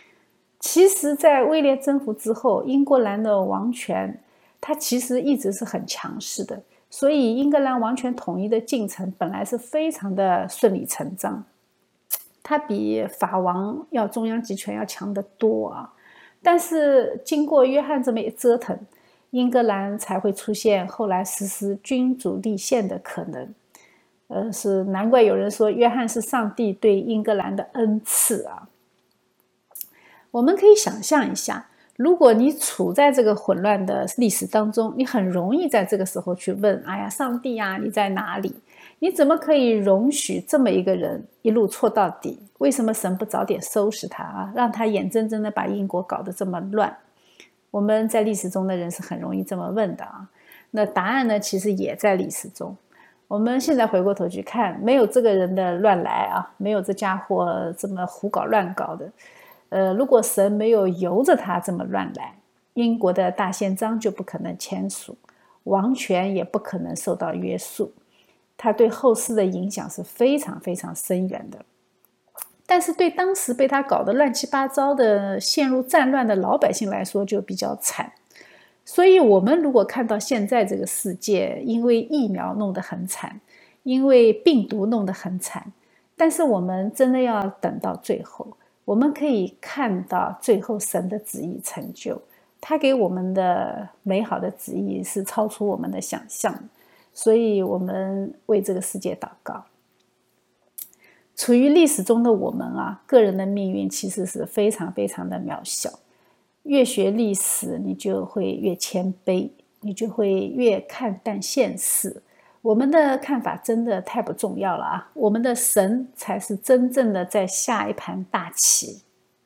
A: 其实在威廉征服之后，英格兰的王权它其实一直是很强势的，所以英格兰王权统一的进程本来是非常的顺理成章，它比法王要中央集权要强得多啊。但是经过约翰这么一折腾，英格兰才会出现后来实施君主立宪的可能。呃，是难怪有人说约翰是上帝对英格兰的恩赐啊。我们可以想象一下，如果你处在这个混乱的历史当中，你很容易在这个时候去问，哎呀，上帝啊，你在哪里？你怎么可以容许这么一个人一路错到底？为什么神不早点收拾他啊，让他眼睁睁的把英国搞得这么乱？我们在历史中的人是很容易这么问的啊。那答案呢，其实也在历史中。我们现在回过头去看，没有这个人的乱来啊，没有这家伙这么胡搞乱搞的，呃，如果神没有由着他这么乱来，英国的大宪章就不可能签署，王权也不可能受到约束，它对后世的影响是非常非常深远的。但是对当时被他搞得乱七八糟的、陷入战乱的老百姓来说就比较惨。所以我们如果看到现在这个世界因为疫苗弄得很惨，因为病毒弄得很惨，但是我们真的要等到最后，我们可以看到最后神的旨意成就，他给我们的美好的旨意是超出我们的想象，所以我们为这个世界祷告。处于历史中的我们啊，个人的命运其实是非常非常的渺小。越学历史，你就会越谦卑，你就会越看淡现实。我们的看法真的太不重要了啊！我们的神才是真正的在下一盘大棋。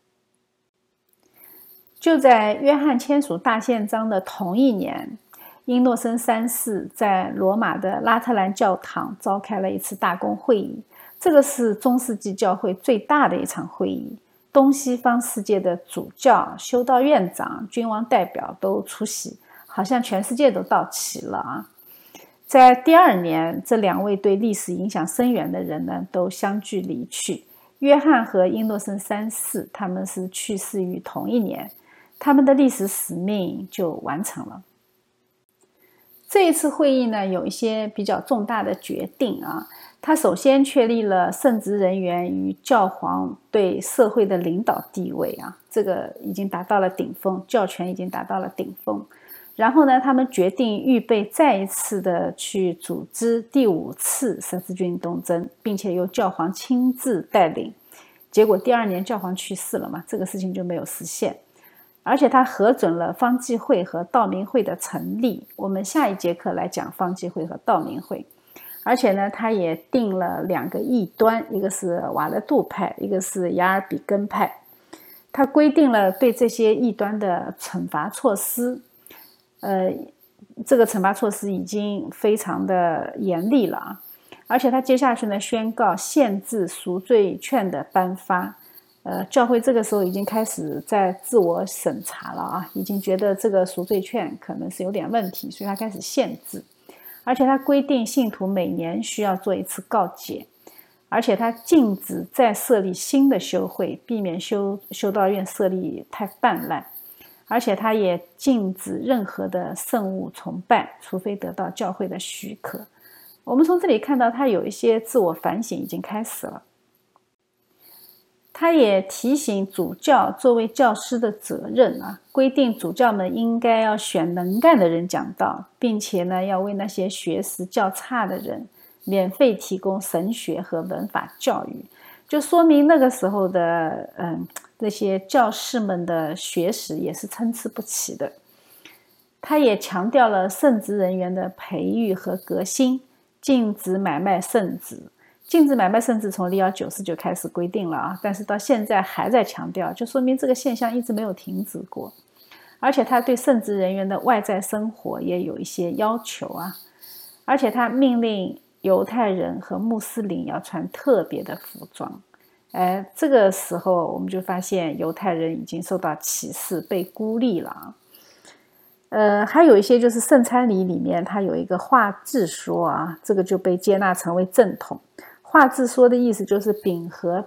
A: 就在约翰签署大宪章的同一年，英诺森三世在罗马的拉特兰教堂召开了一次大公会议，这个是中世纪教会最大的一场会议。东西方世界的主教、修道院长、君王代表都出席，好像全世界都到齐了啊！在第二年，这两位对历史影响深远的人呢，都相继离去。约翰和英诺森三世，他们是去世于同一年，他们的历史使命就完成了。这一次会议呢，有一些比较重大的决定啊。他首先确立了圣职人员与教皇对社会的领导地位啊，这个已经达到了顶峰，教权已经达到了顶峰。然后呢，他们决定预备再一次的去组织第五次十字军东征，并且由教皇亲自带领。结果第二年教皇去世了嘛，这个事情就没有实现。而且他核准了方济会和道明会的成立，我们下一节课来讲方济会和道明会。而且呢，他也定了两个异端，一个是瓦勒杜派，一个是雅尔比根派。他规定了对这些异端的惩罚措施，呃，这个惩罚措施已经非常的严厉了啊。而且他接下去呢，宣告限制赎罪券的颁发。呃，教会这个时候已经开始在自我审查了啊，已经觉得这个赎罪券可能是有点问题，所以他开始限制。而且他规定信徒每年需要做一次告解，而且他禁止再设立新的修会，避免修修道院设立太泛滥。而且他也禁止任何的圣物崇拜，除非得到教会的许可。我们从这里看到他有一些自我反省已经开始了。他也提醒主教作为教师的责任啊，规定主教们应该要选能干的人讲道，并且呢，要为那些学识较差的人免费提供神学和文法教育，就说明那个时候的嗯，那些教士们的学识也是参差不齐的。他也强调了圣职人员的培育和革新，禁止买卖圣职。禁止买卖圣职从利奥九世就开始规定了啊，但是到现在还在强调，就说明这个现象一直没有停止过。而且他对圣职人员的外在生活也有一些要求啊，而且他命令犹太人和穆斯林要穿特别的服装。哎，这个时候我们就发现犹太人已经受到歧视，被孤立了啊。呃，还有一些就是圣餐礼里面它有一个画字说啊，这个就被接纳成为正统。画字说的意思就是饼和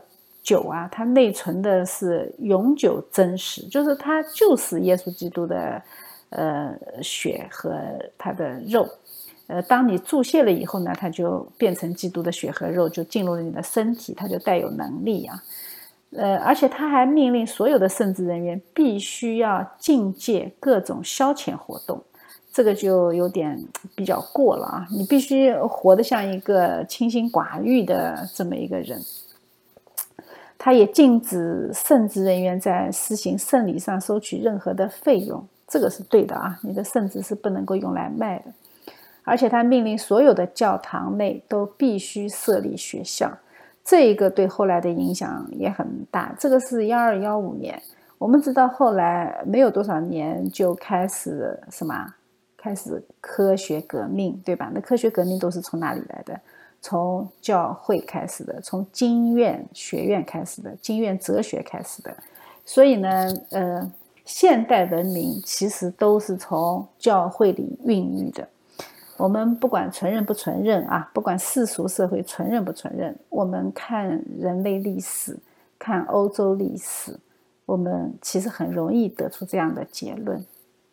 A: 酒啊，它内存的是永久真实，就是它就是耶稣基督的呃血和他的肉。呃，当你注泻了以后呢，它就变成基督的血和肉，就进入了你的身体，它就带有能力啊。呃，而且他还命令所有的圣职人员必须要禁戒各种消遣活动，这个就有点比较过了啊！你必须活得像一个清心寡欲的这么一个人。他也禁止圣职人员在施行圣礼上收取任何的费用，这个是对的啊！你的圣职是不能够用来卖的。而且他命令所有的教堂内都必须设立学校。这一个对后来的影响也很大，这个是一二一五年，我们知道后来没有多少年就开始什么，开始科学革命，对吧？那科学革命都是从哪里来的？从教会开始的，从经院学院开始的，经院哲学开始的。所以呢，呃，现代文明其实都是从教会里孕育的。我们不管承认不承认啊，不管世俗社会承认不承认，我们看人类历史，看欧洲历史，我们其实很容易得出这样的结论。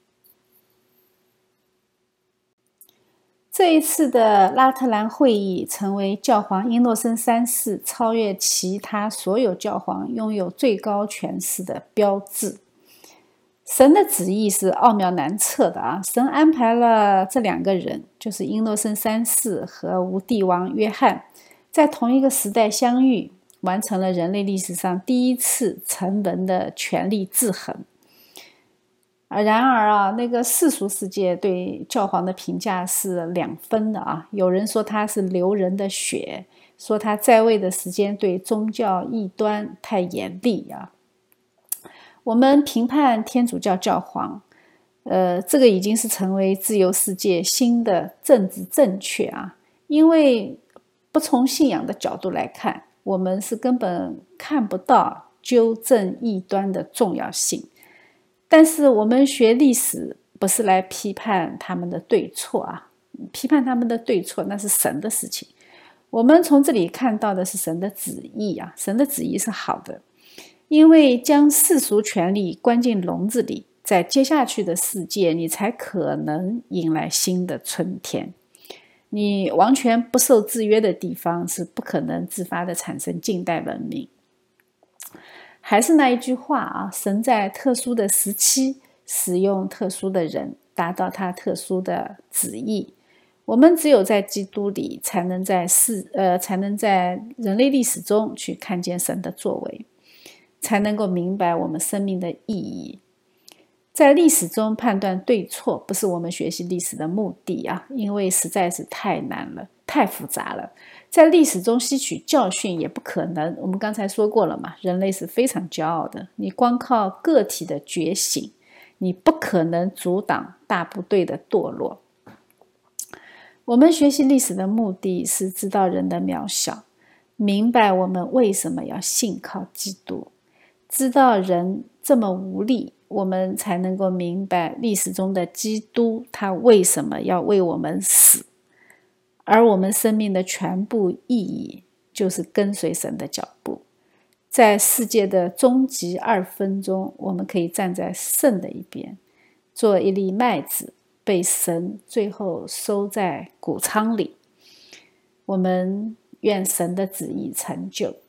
A: 这一次的拉特兰会议成为教皇英诺森三世超越其他所有教皇拥有最高权势的标志。神的旨意是奥妙难测的啊！神安排了这两个人，就是英诺森三世和无帝王约翰，在同一个时代相遇，完成了人类历史上第一次成文的权力制衡。然而啊，那个世俗世界对教皇的评价是两分的啊！有人说他是流人的血，说他在位的时间对宗教异端太严厉啊。我们评判天主教教皇，呃，这个已经是成为自由世界新的政治正确啊！因为不从信仰的角度来看，我们是根本看不到纠正异端的重要性。但是我们学历史不是来批判他们的对错啊，批判他们的对错那是神的事情。我们从这里看到的是神的旨意啊，神的旨意是好的。因为将世俗权力关进笼子里，在接下去的世界，你才可能迎来新的春天。你完全不受制约的地方，是不可能自发的产生近代文明。还是那一句话啊，神在特殊的时期使用特殊的人，达到他特殊的旨意。我们只有在基督里，才能在世呃，才能在人类历史中去看见神的作为。才能够明白我们生命的意义。在历史中判断对错，不是我们学习历史的目的啊，因为实在是太难了，太复杂了。在历史中吸取教训也不可能，我们刚才说过了嘛，人类是非常骄傲的，你光靠个体的觉醒，你不可能阻挡大部队的堕落。我们学习历史的目的是知道人的渺小，明白我们为什么要信靠基督。知道人这么无力，我们才能够明白历史中的基督，他为什么要为我们死。而我们生命的全部意义，就是跟随神的脚步。在世界的终极二分中，我们可以站在圣的一边，做一粒麦子，被神最后收在谷仓里。我们愿神的旨意成就。